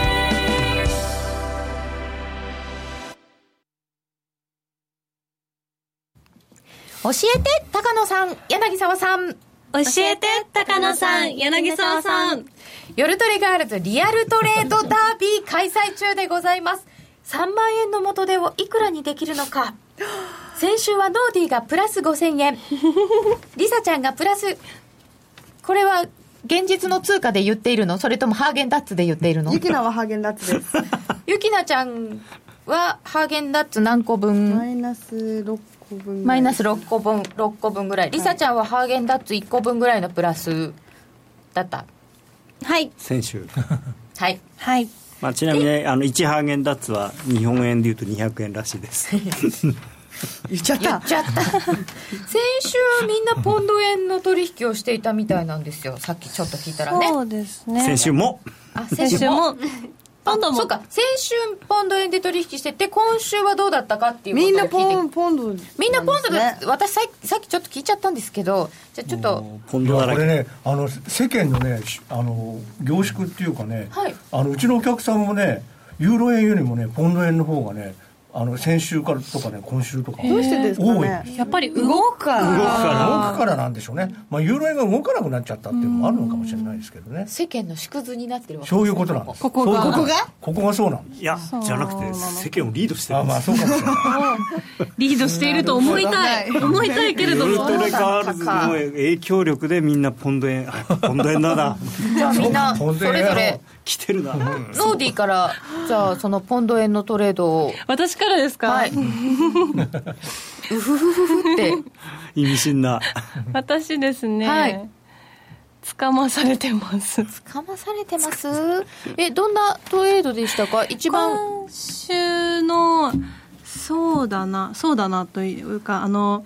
教えて高野さん、柳沢さん。 教えて高野さん、柳沢さん。 夜トレガールズリアルトレードダービー開催中でございます。3万円の元手をいくらにできるのか。先週はノーディーがプラス5000円リサちゃんがプラス、これは現実の通貨で言っているの、それともハーゲンダッツで言っているの？ ゆきなはハーゲンダッツですゆきなちゃんはハーゲンダッツ何個分？ マイナス6個分。 マイナス6個分、6個分ぐらい。リサちゃんはハーゲンダッツ1個分ぐらいのプラスだった。 はい。 先週はいはい。 まあ、ちなみに1ハーゲンダッツは日本円でいうと200円らしいです言っちゃった先週みんなポンド円の取引をしていたみたいなんですよ。さっきちょっと聞いたらね。 そうですね。 先週も先週もポンドも。 そうか、先週ポンド円で取引してて今週はどうだったかっていうことを聞いて。 みんなポンド、 みんなポンドで、私さっきちょっと聞いちゃったんですけど、じゃあちょっとポンドだらけ。 これね、世間のね凝縮っていうかね、 はい、 うちのお客さんもねユーロ円よりもねポンド円の方がね先週からとかね今週とかどうしてですかね。 多い。 やっぱり動くからなんでしょうね。まあユーロ円が動かなくなっちゃったっていうのもあるのかもしれないですけどね。 世間の縮図になってるわけです。 そういうことなんです。 ここがそうなんです。 いやじゃなくて世間をリードしてるんです。 まあそうかもしれないリードしていると思いたいけれども、 ウルトレガールズの影響力でみんなポンド円だじゃあみんなそれぞれ来てるな。 ノーディーからじゃあそのポンド円のトレードを。 私からですか。 はい。うふふふふって意味深な。 私ですね、 はい、 捕まされてます。 捕まされてます。どんなトレードでしたか。一番今週のそうだなというか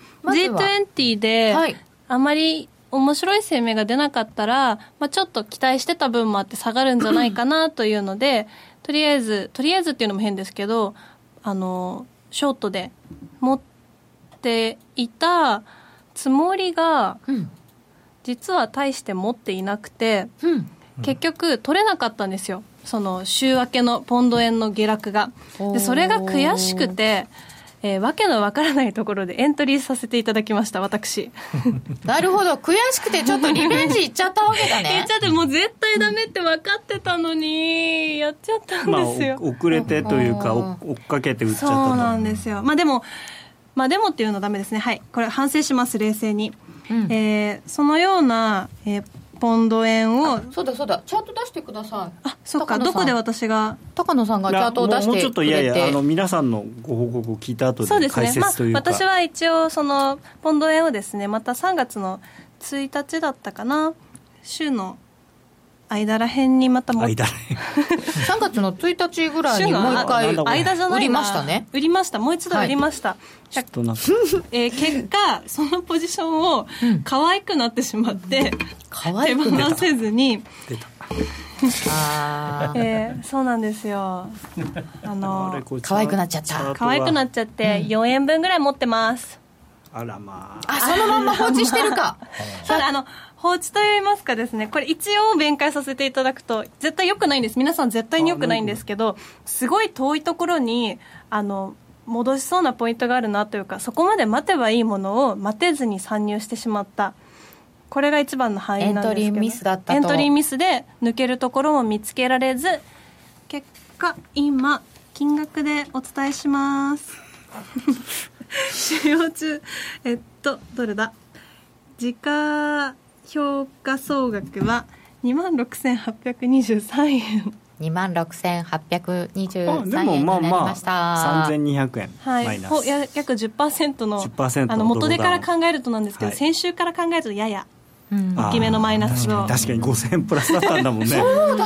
G20 で、はい、あまり面白い声明が出なかったら、ちょっと期待してた分もあって下がるんじゃないかなというのでとりあえずっていうのも変ですけどショートで持っていたつもりが、実は大して持っていなくて、結局取れなかったんですよ。その週明けのポンド円の下落が。でそれが悔しくてわけのわからないところでエントリーさせていただきました私なるほど、悔しくてちょっとリベンジいっちゃったわけだね言っちゃって、もう絶対ダメって分かってたのにやっちゃったんですよ、 遅れてというか追っかけて打っちゃったと。 そうなんですよ。でもっていうのはダメですね。はい、これ反省します、冷静に、そのような、ポンド円を、 そうだチャート出してください。 そうか、どこで私が、 高野さんがチャートを出してくれて、 もうちょっと皆さんのご報告を聞いた後で解説というか、 私は一応そのポンド円をですね、また3月の1日だったかな、週の間らへんにまた3 月の1日ぐらいにもう一回売りましたね。 売りました。もう一度売りました、 ちょっとなんか結果そのポジションを可愛くなってしまって、手放せずに出たそうなんですよ。 可愛くなっちゃった。 可愛くなっちゃって4円分ぐらい持ってます。 あらまあ、そのまんま放置してるか放置といいますかですね、これ一応弁解させていただくと絶対良くないんです。皆さん絶対に良くないんですけど、すごい遠いところに戻しそうなポイントがあるなというか、そこまで待てばいいものを待てずに参入してしまった、これが一番の敗因なんですけど、 エントリーミスだったと。 エントリーミスで抜けるところも見つけられず、結果今金額でお伝えします使用中どれだ、時価評価総額は 26,823 円、 26,823 円でもになりました。 3200円マイナス、 約 10% の 10% 元手から考えるとなんですけど、先週から考えるとやや大きめのマイナスを、 確かに5000円プラスだったんだもんねそうだ、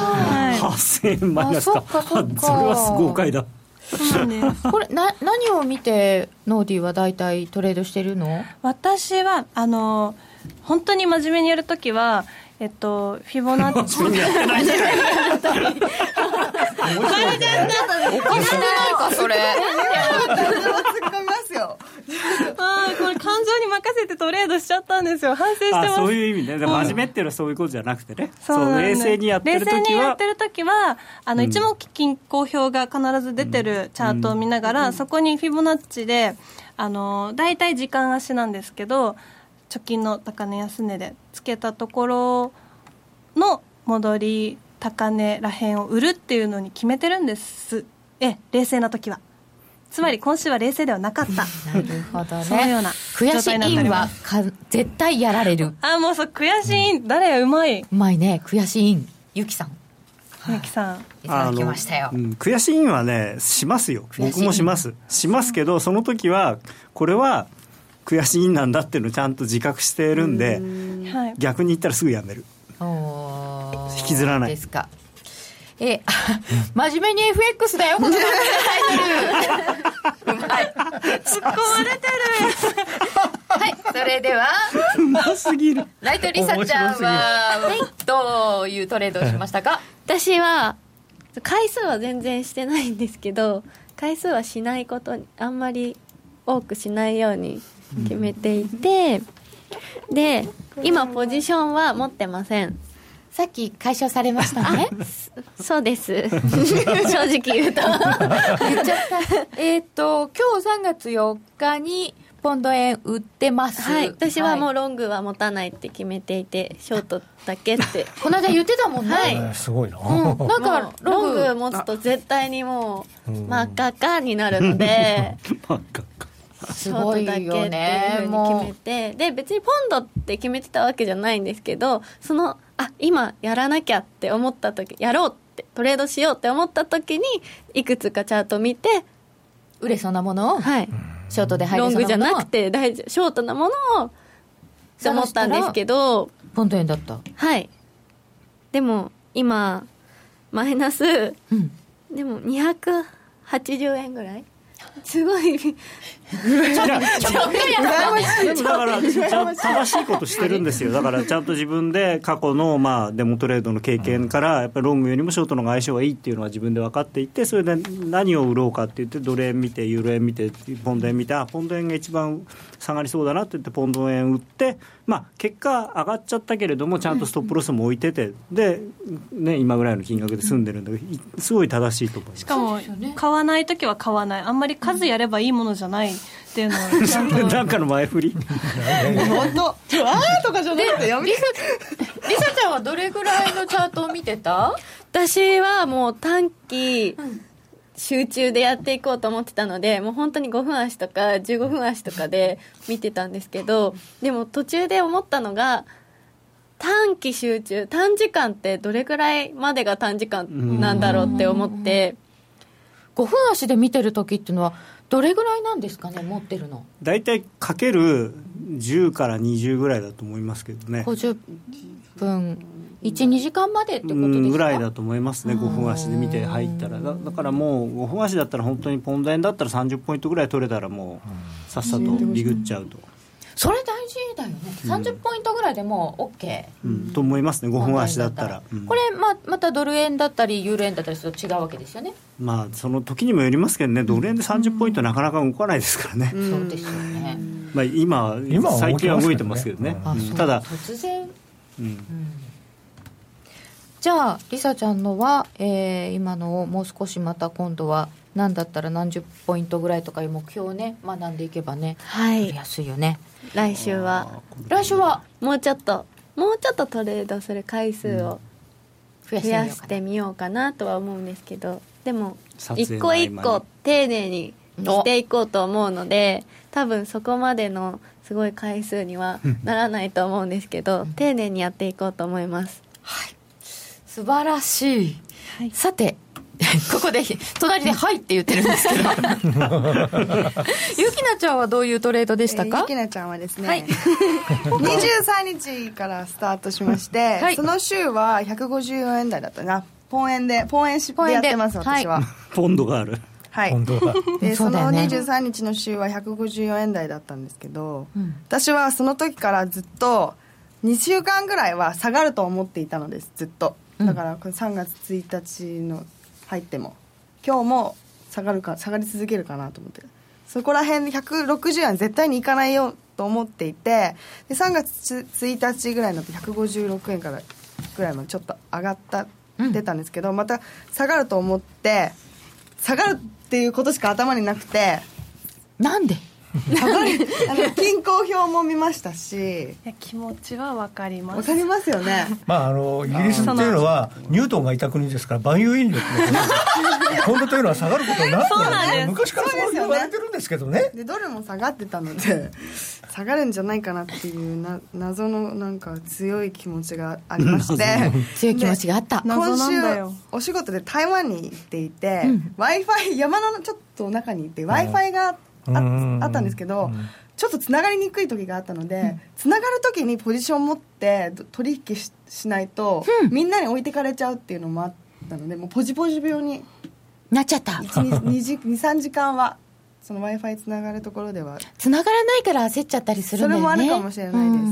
8000円マイナスか。それはすごい豪快だ。 そうなんですこれ何を見てノーディーは大体トレードしてるの？ 私は本当に真面目にやるときはフィボナッチ真面目にやってないじゃないおかしくないかそれ突っ込みますよこれ感情に任せてトレードしちゃったんですよ。反省してます。 そういう意味ね。真面目っていうのはそういうことじゃなくてね、そう冷静にやってるときは、 冷静にやってるときは一目均衡表が必ず出てるチャートを見ながら、そこにフィボナッチで大体時間足なんですけど、直近の高値安値でつけたところの戻り高値らへんを売るっていうのに決めてるんです。冷静な時は、つまり今週は冷静ではなかったなるほどね。 そのような悔しいインは絶対やられる。 もう悔しいイン、誰うまいね。悔しいイン、ゆきさんゆきさんいただきましたよ。 悔しいインはねしますよ。僕もしますけど、その時はこれは悔しいんなんだっていうのをちゃんと自覚しているんで、逆に言ったらすぐやめる。引きずらないですか。真面目に FX だよこの番組のタイトルうまい、 突っ込まれてるはい、それではうますぎる。 ライトリサちゃんはどういうトレードをしましたか？ 私は回数は全然してないんですけど、回数はしないことに、あんまり多くしないように決めていて、で今ポジションは持ってません。 さっき解消されましたね。 そうです正直言うと言っちゃった。 今日3月4日にポンド円売ってます。 はい、私はもうロングは持たないって決めていて、ショートだけってこの間言ってたもんね。 はい、 すごいな、 なんかロング持つと絶対にもう真っ赤っかになるので真っ赤っかショートだけっていうふうに決めて、で別にポンドって決めてたわけじゃないんですけど、今やらなきゃって思った時、やろうってトレードしようって思った時にいくつかチャート見て、 売れそうなものを、 はい、 ショートで入れそうなものを、 ロングじゃなくてショートなものをって思ったんですけど、 ポンド円だった。 はい。でも今マイナス、でも280円ぐらい、すごいだからちゃんと正しいことしてるんですよ。だからちゃんと自分で過去のデモトレードの経験からやっぱりロングよりもショートの方が相性がいいっていうのは自分で分かっていて、それで何を売ろうかって言ってドル円見てユーロ円見てポンド円見て、ポンド円が一番下がりそうだなって言ってポンド円売って、結果上がっちゃったけれどもちゃんとストップロスも置いてて、で、今ぐらいの金額で済んでるんですごい正しいと思います。 しかも買わないときは買わない、あんまり数やればいいものじゃないっていうのはちゃんとなんかの前振り本当とかじゃなくてやめて。 リサちゃんはどれぐらいのチャートを見てた？ 私はもう短期集中でやっていこうと思ってたので、もう本当に5分足とか15分足とかで見てたんですけど、でも途中で思ったのが、短期集中、短時間ってどれぐらいまでが短時間なんだろうって思って、 5分足で見てる時っていうのはどれぐらいなんですかね、持ってるの。 だいたいかける10から20ぐらいだと思いますけどね。 50分 1,2 時間までってことですか？ ぐらいだと思いますね。5分足で見て入ったら だからもう5分足だったら本当にポンド円だったら30ポイントぐらい取れたらもうさっさとリグっちゃうと、 それ大事だよね。30ポイントぐらいでもう OK、 と思いますね。5分足だったら、 これ またドル円だったりユーロ円だったりすると違うわけですよね。 その時にもよりますけどね、ドル円で30ポイントなかなか動かないですからね。 そうですよね。 今最近は動いてますけどね。ただ突然、じゃあリサちゃんのは、今のをもう少しまた今度は何だったら何十ポイントぐらいとかいう目標をね学んでいけばね、取りやすいよね。 来週はもうちょっとトレードする回数を増やしてみようかなとは思うんですけど、でも一個一個丁寧にしていこうと思うので、多分そこまでのすごい回数にはならないと思うんですけど丁寧にやっていこうと思います。 はい、素晴らしい、さてここで隣ではいって言ってるんですけどゆきなちゃんはどういうトレードでしたか？ ゆきなちゃんはですね、23日からスタートしまして、その週は154円台だったな。ポン円シップでやってます私は。 ポンドがある。 でその23日の週は154円台だったんですけど、私はその時からずっと2週間ぐらいは下がると思っていたのです、ずっと。だからこれ3月1日の入っても今日も下がり続けるかなと思って、そこら辺で160円絶対にいかないよと思っていて、で3月1日ぐらいになって156円からぐらいまでちょっと上がってたんですけど、また下がると思って下がるっていうことしか頭になくて、 なんで均衡表も見ましたし、 気持ちは分かります。 分かりますよね。 イギリスっていうのはニュートンがいた国ですから万有引力ポンドというのは下がることになってる、昔からそう言われてるんですけどね。 でドルも下がってたので下がるんじゃないかなっていう謎のなんか強い気持ちがありまして強い気持ちがあった。 今週お仕事で台湾に行っていて、Wi-Fi 山のちょっと中に行って Wi-Fi があったんですけど、ちょっとつながりにくい時があったので、つながる時にポジションを持って取引 しないと、みんなに置いてかれちゃうっていうのもあったので、もうポジ病になっちゃった。 23 時間はその Wi-Fi つながるところではつながらないから焦っちゃったりするんだよね。 それもあるかもしれないです、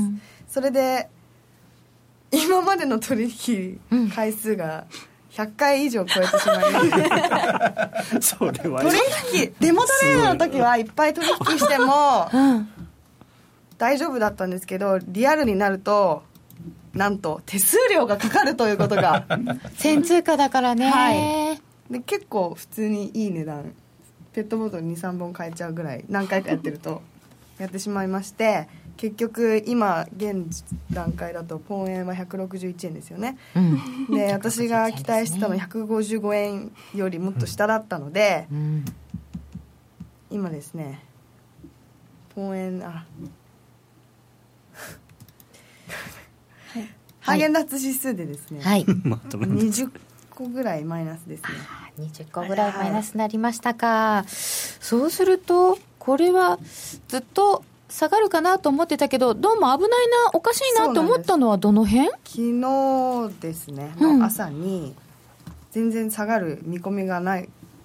それで今までの取引回数が100回以上超えてしまいそれは取引デモトレードの時はいっぱい取引しても大丈夫だったんですけど、リアルになるとなんと手数料がかかるということが先通貨だからね、 で結構普通にいい値段、ペットボトル 2,3 本買えちゃうぐらい何回かやってるとやってしまいまして、結局今現段階だとポン円は161円ですよね、で私が期待してたのは155円よりもっと下だったので、今ですねポン円ハーゲンダッツ指数でですね、20個ぐらいマイナスですね。 20個ぐらいマイナスになりましたか、そうするとこれはずっと下がるかなと思ってたけど、どうも危ないな、おかしいなと思ったのはどの辺？ 昨日ですねの朝に全然下がる見込みがない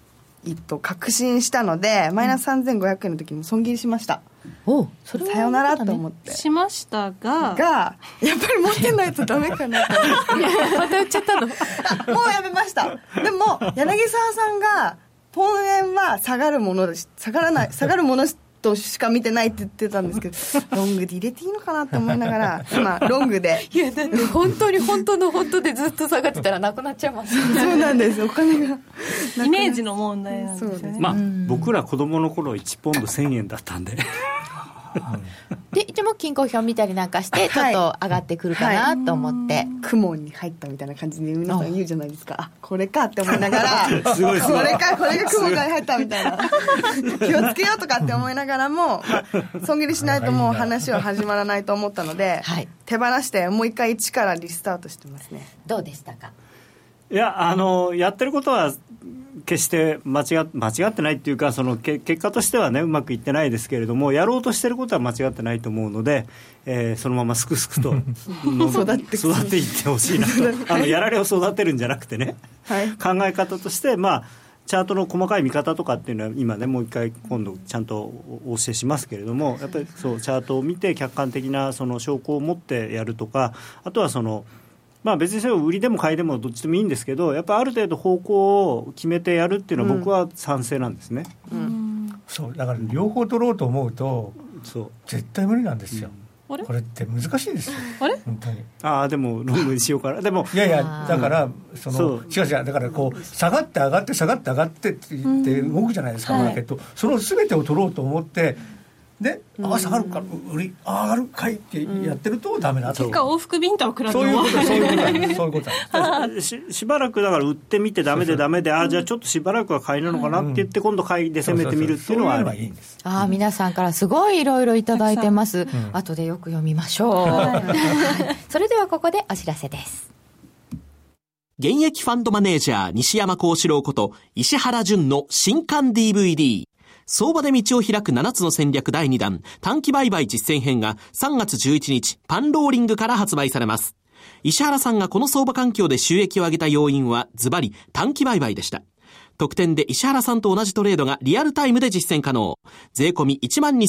確信したので、マイナス3500円の時に損切りしました。 それはさよならと思ってしましたがやっぱり持ってないとダメかなと思ってまた売っちゃったのもうやめました。でも柳沢さんがポン円は下がるものです、下がるものとしか見てないって言ってたんですけど、ロングで入れていいのかなって思いながら今ロングでいやだって本当に本当の本当でずっと下がってたらなくなっちゃいますそうなんです、お金がイメージの問題なんですよね。 僕ら子供の頃1ポンド1000円だったんでで一応金庫表見たりなんかしてちょっと上がってくるかなと思って、 雲に入ったみたいな感じで皆さん言うじゃないですか、あこれかって思いながらすごいこれが雲が入ったみたいな気をつけようとかって思いながらも、損切りしないともう話は始まらないと思ったので、手放してもう一回一からリスタートしてますね。 どうでしたか？ いややってることは決して間違ってないっていうか、その結果としてはねうまくいってないですけれども、やろうとしてることは間違ってないと思うので、そのまますくすくと育っていってほしいなとやられを育てるんじゃなくてね、考え方として、チャートの細かい見方とかっていうのは今ねもう一回今度ちゃんとお教えしますけれども、やっぱりそうチャートを見て客観的なその証拠を持ってやるとか、あとはその別にそれを売りでも買いでもどっちでもいいんですけど、やっぱりある程度方向を決めてやるっていうのは僕は賛成なんですね、 そうだから両方取ろうと思うと絶対無理なんですよ、 これって難しいんですよ本当に。でもロングにしようかな。でもいやだから違うだからこう下がって上がって下がって上がってって言って動くじゃないですか、マーケット。その全てを取ろうと思ってで下がるから売り上がるかいってやってるとダメなと、 結果往復ビンタを食らってそういうことしばらくだから売ってみてダメでじゃあちょっとしばらくは買いなのかなって言って今度買いで攻めてみるっていうのはありです。 皆さんからすごいいろいろいただいてます、後でよく読みましょうそれではここでお知らせです。 現役ファンドマネージャー西山幸四郎こと石原淳の新刊 DVD相場で道を開く7つの戦略第2弾短期売買実践編が3月11日パンローリングから発売されます。石原さんがこの相場環境で収益を上げた要因はズバリ短期売買でした。特典で石原さんと同じトレードがリアルタイムで実践可能。税込み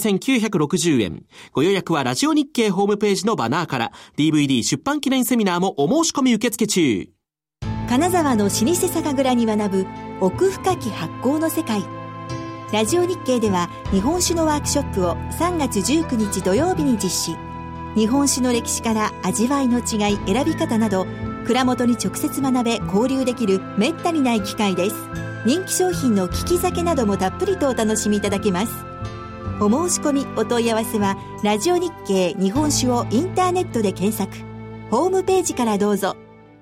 12,960 円。ご予約はラジオ日経ホームページのバナーから。 DVD 出版記念セミナーもお申し込み受付中。 金沢の老舗酒蔵に学ぶ奥深き発酵の世界。ラジオ日経では日本酒のワークショップを3月19日土曜日に実施。日本酒の歴史から味わいの違い、選び方など蔵元に直接学べ交流できるめったにない機会です。人気商品の利き酒などもたっぷりとお楽しみいただけます。お申し込みお問い合わせはラジオ日経日本酒をインターネットで検索、ホームページからどうぞ。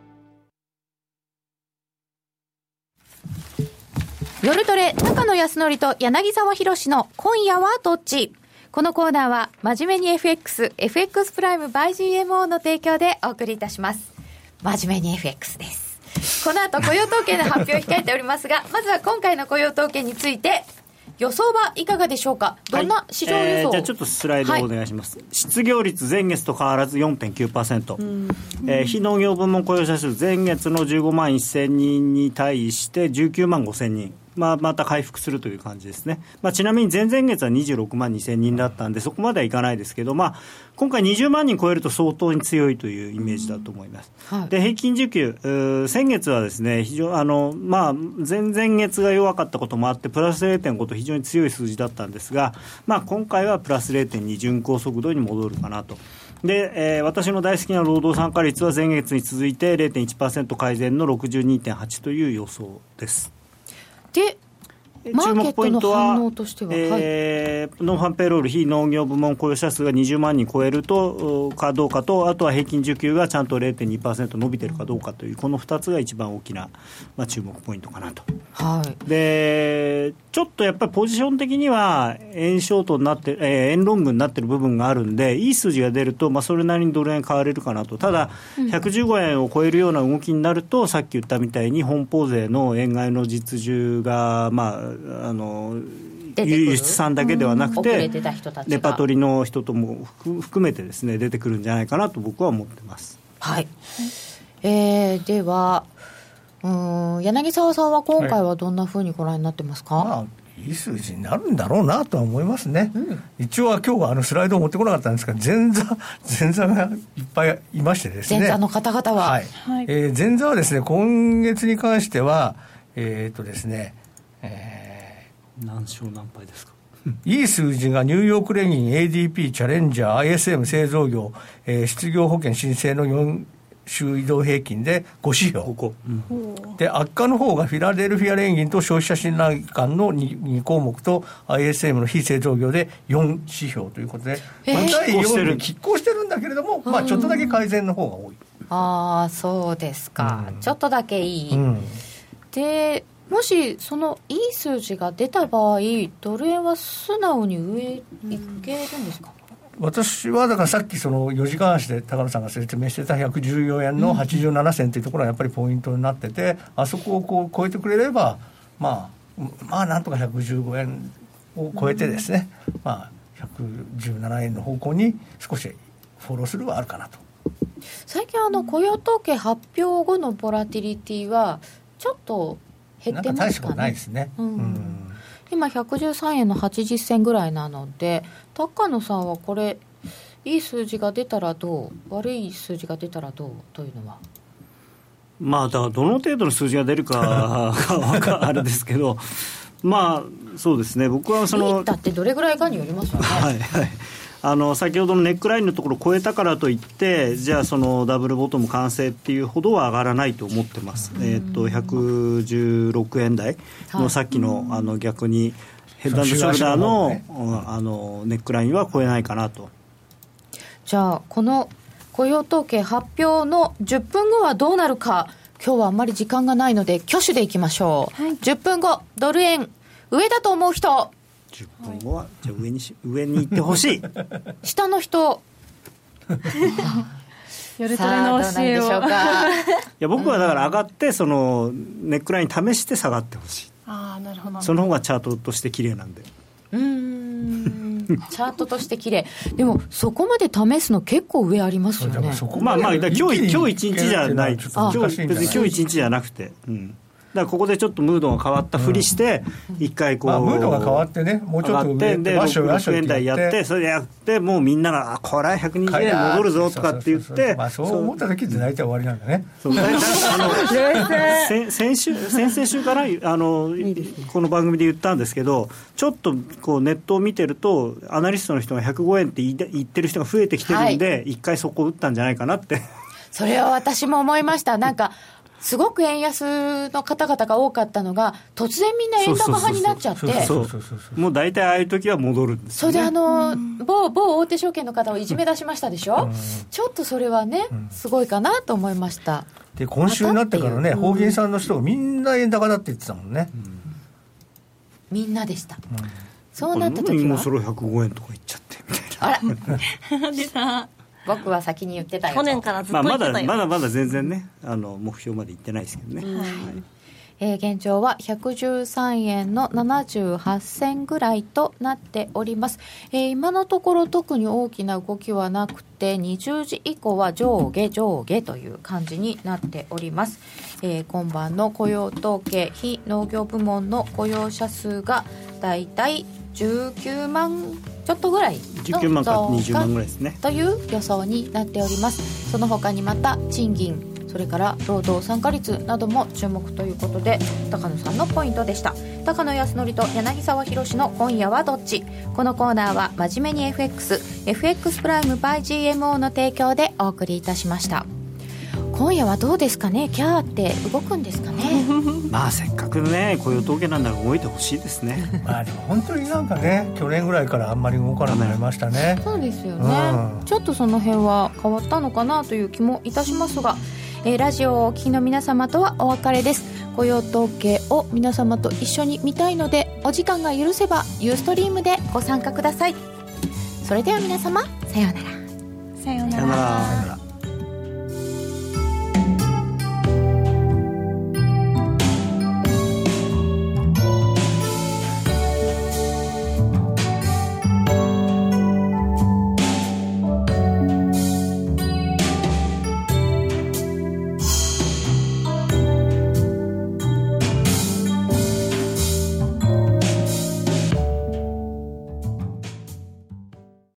夜トレ高野康則と柳沢博の今夜はどっち。このコーナーは真面目に FX プライム by GMO の提供でお送りいたします。真面目に FX です。この後雇用統計の発表を控えておりますが、まずは今回の雇用統計について予想はいかがでしょうか。どんな市場予想、 じゃあちょっとスライドをお願いします、失業率前月と変わらず 4.9%、非農業部門雇用者数前月の15万1000人に対して19万5000人、また回復するという感じですね。ちなみに前々月は26万2000人だったんでそこまではいかないですけど、今回20万人超えると相当に強いというイメージだと思います、で平均時給先月はですね非常前々月が弱かったこともあってプラス 0.5 と非常に強い数字だったんですが、今回はプラス 0.2 巡航速度に戻るかなと。で、私の大好きな労働参加率は前月に続いて 0.1% 改善の 62.8 という予想です。 で注目ポイントはノンファンペイロール非農業部門雇用者数が20万人超えるとかどうかと、あとは平均受給がちゃんと 0.2% 伸びてるかどうかというこの2つが一番大きな、注目ポイントかなと、でちょっとやっぱりポジション的には円ショートになって、円ロングになってる部分があるんでいい数字が出ると、それなりにドル円買われるかなと。ただ115円を超えるような動きになると、さっき言ったみたいに本邦税の円買いの実需が輸出産だけではなくてレパトリの人とも含めてですね出てくるんじゃないかなと僕は思ってます。 では柳沢さんは今回はどんなふうにご覧になってますか？ まあいい数字になるんだろうなとは思いますね、一応は今日はスライドを持ってこなかったんですが前座がいっぱいいましてですね、 前座の方々は、 前座はですね今月に関してはですね、 何勝何敗ですか？ いい数字がニューヨーク連銀 ADP チャレンジャー ISM 製造業、失業保険申請の4週移動平均で5指標、で悪化の方がフィラデルフィア連銀と消費者信頼感の 2項目と ISM の非製造業で4指標ということで、第4に拮抗してるんだけれども、まあ、ちょっとだけ改善の方が多い。 ああそうですか、ちょっとだけいい、でもしそのいい数字が出た場合ドル円は素直に上いけるんですか？ 私はだからさっきその4時間足で高野さんが説明してた114円の87銭というところがやっぱりポイントになってて、あそこをこう超えてくれればまあなんとか115円を超えてですね、まあ117円の方向に少しフォローするはあるかなと。 最近雇用統計発表後のボラティリティはちょっと減ってますかね。 なんか大したことないですね、 今113円の80銭ぐらいなので、高野さんはこれいい数字が出たらどう、悪い数字が出たらどうというのは、 まあだからどの程度の数字が出るかあれですけどまあそうですね、僕はそのいいだってどれぐらいかによりますよね。 はいはい、先ほどのネックラインのところを超えたからといってじゃあそのダブルボトム完成っていうほどは上がらないと思ってます。116円台のさっきの、逆にヘッド&ショルダーの、ネックラインは超えないかなと。 じゃあこの雇用統計発表の10分後はどうなるか、今日はあんまり時間がないので挙手でいきましょう、10分後ドル円上だと思う人、 10分後はじゃあ上に行ってほしい下の人夜トレの教えをいや僕はだから上がってそのネックライン試して下がってほしい。 あ、なるほど。その方がチャートとして綺麗なんで。 チャートとして綺麗。でもそこまで試すの結構上ありますよね。 まあまあ今日一日じゃない、別に今日一日じゃなくて、だからここでちょっとムードが変わったふりして一回こう、 ムードが変わってね、もうちょっと上で6円台やってそれでやってもうみんながこれは120円戻るぞとかって言って、 そう思った時って大体終わりなんだね。 先々週からこの番組で言ったんですけど、ちょっとこうネットを見てるとアナリストの人が105円って言ってる人が増えてきてるんで、一回そこを打ったんじゃないかなってそれは私も思いました。なんかすごく円安の方々が多かったのが突然みんな円高派になっちゃって、 もう大体ああいう時は戻るんですよね。 それで某大手証券の方をいじめ出しましたでしょ、ちょっとそれはね、すごいかなと思いました。 で今週になってからね、法銀さんの人がみんな円高だって言ってたもんね、 みんなでした、そうなった時は今それ105円とか言っちゃってみたいな。 あら出た僕は先に言ってたよ。 去年からずっと言ってたよ。 まだ全然ね目標まで行ってないですけどね、 現状は113円の78銭ぐらいとなっております。今のところ特に大きな動きはなくて20時以降は上下という感じになっております。今晩の雇用統計、非農業部門の雇用者数がだいたい19万ちょっとぐらいの 19万か20万ぐらいですねという予想になっております。その他にまた賃金、それから労働参加率なども注目ということで、高野さんのポイントでした。高野康則と柳沢博の今夜はどっち。このコーナーは真面目に FX プライム by GMO の提供でお送りいたしました。今夜はどうですかね、キャーって動くんですかねまあせっかくね雇用統計なんだから動いてほしいですねまあでも本当になんかね、去年ぐらいからあんまり動かなくなりましたね。 そうですよね、ちょっとその辺は変わったのかなという気もいたしますが、ラジオをお聞きの皆様とはお別れです。雇用統計を皆様と一緒に見たいので、お時間が許せばユーストリームでご参加ください。それでは皆様、さようなら。 さようなら。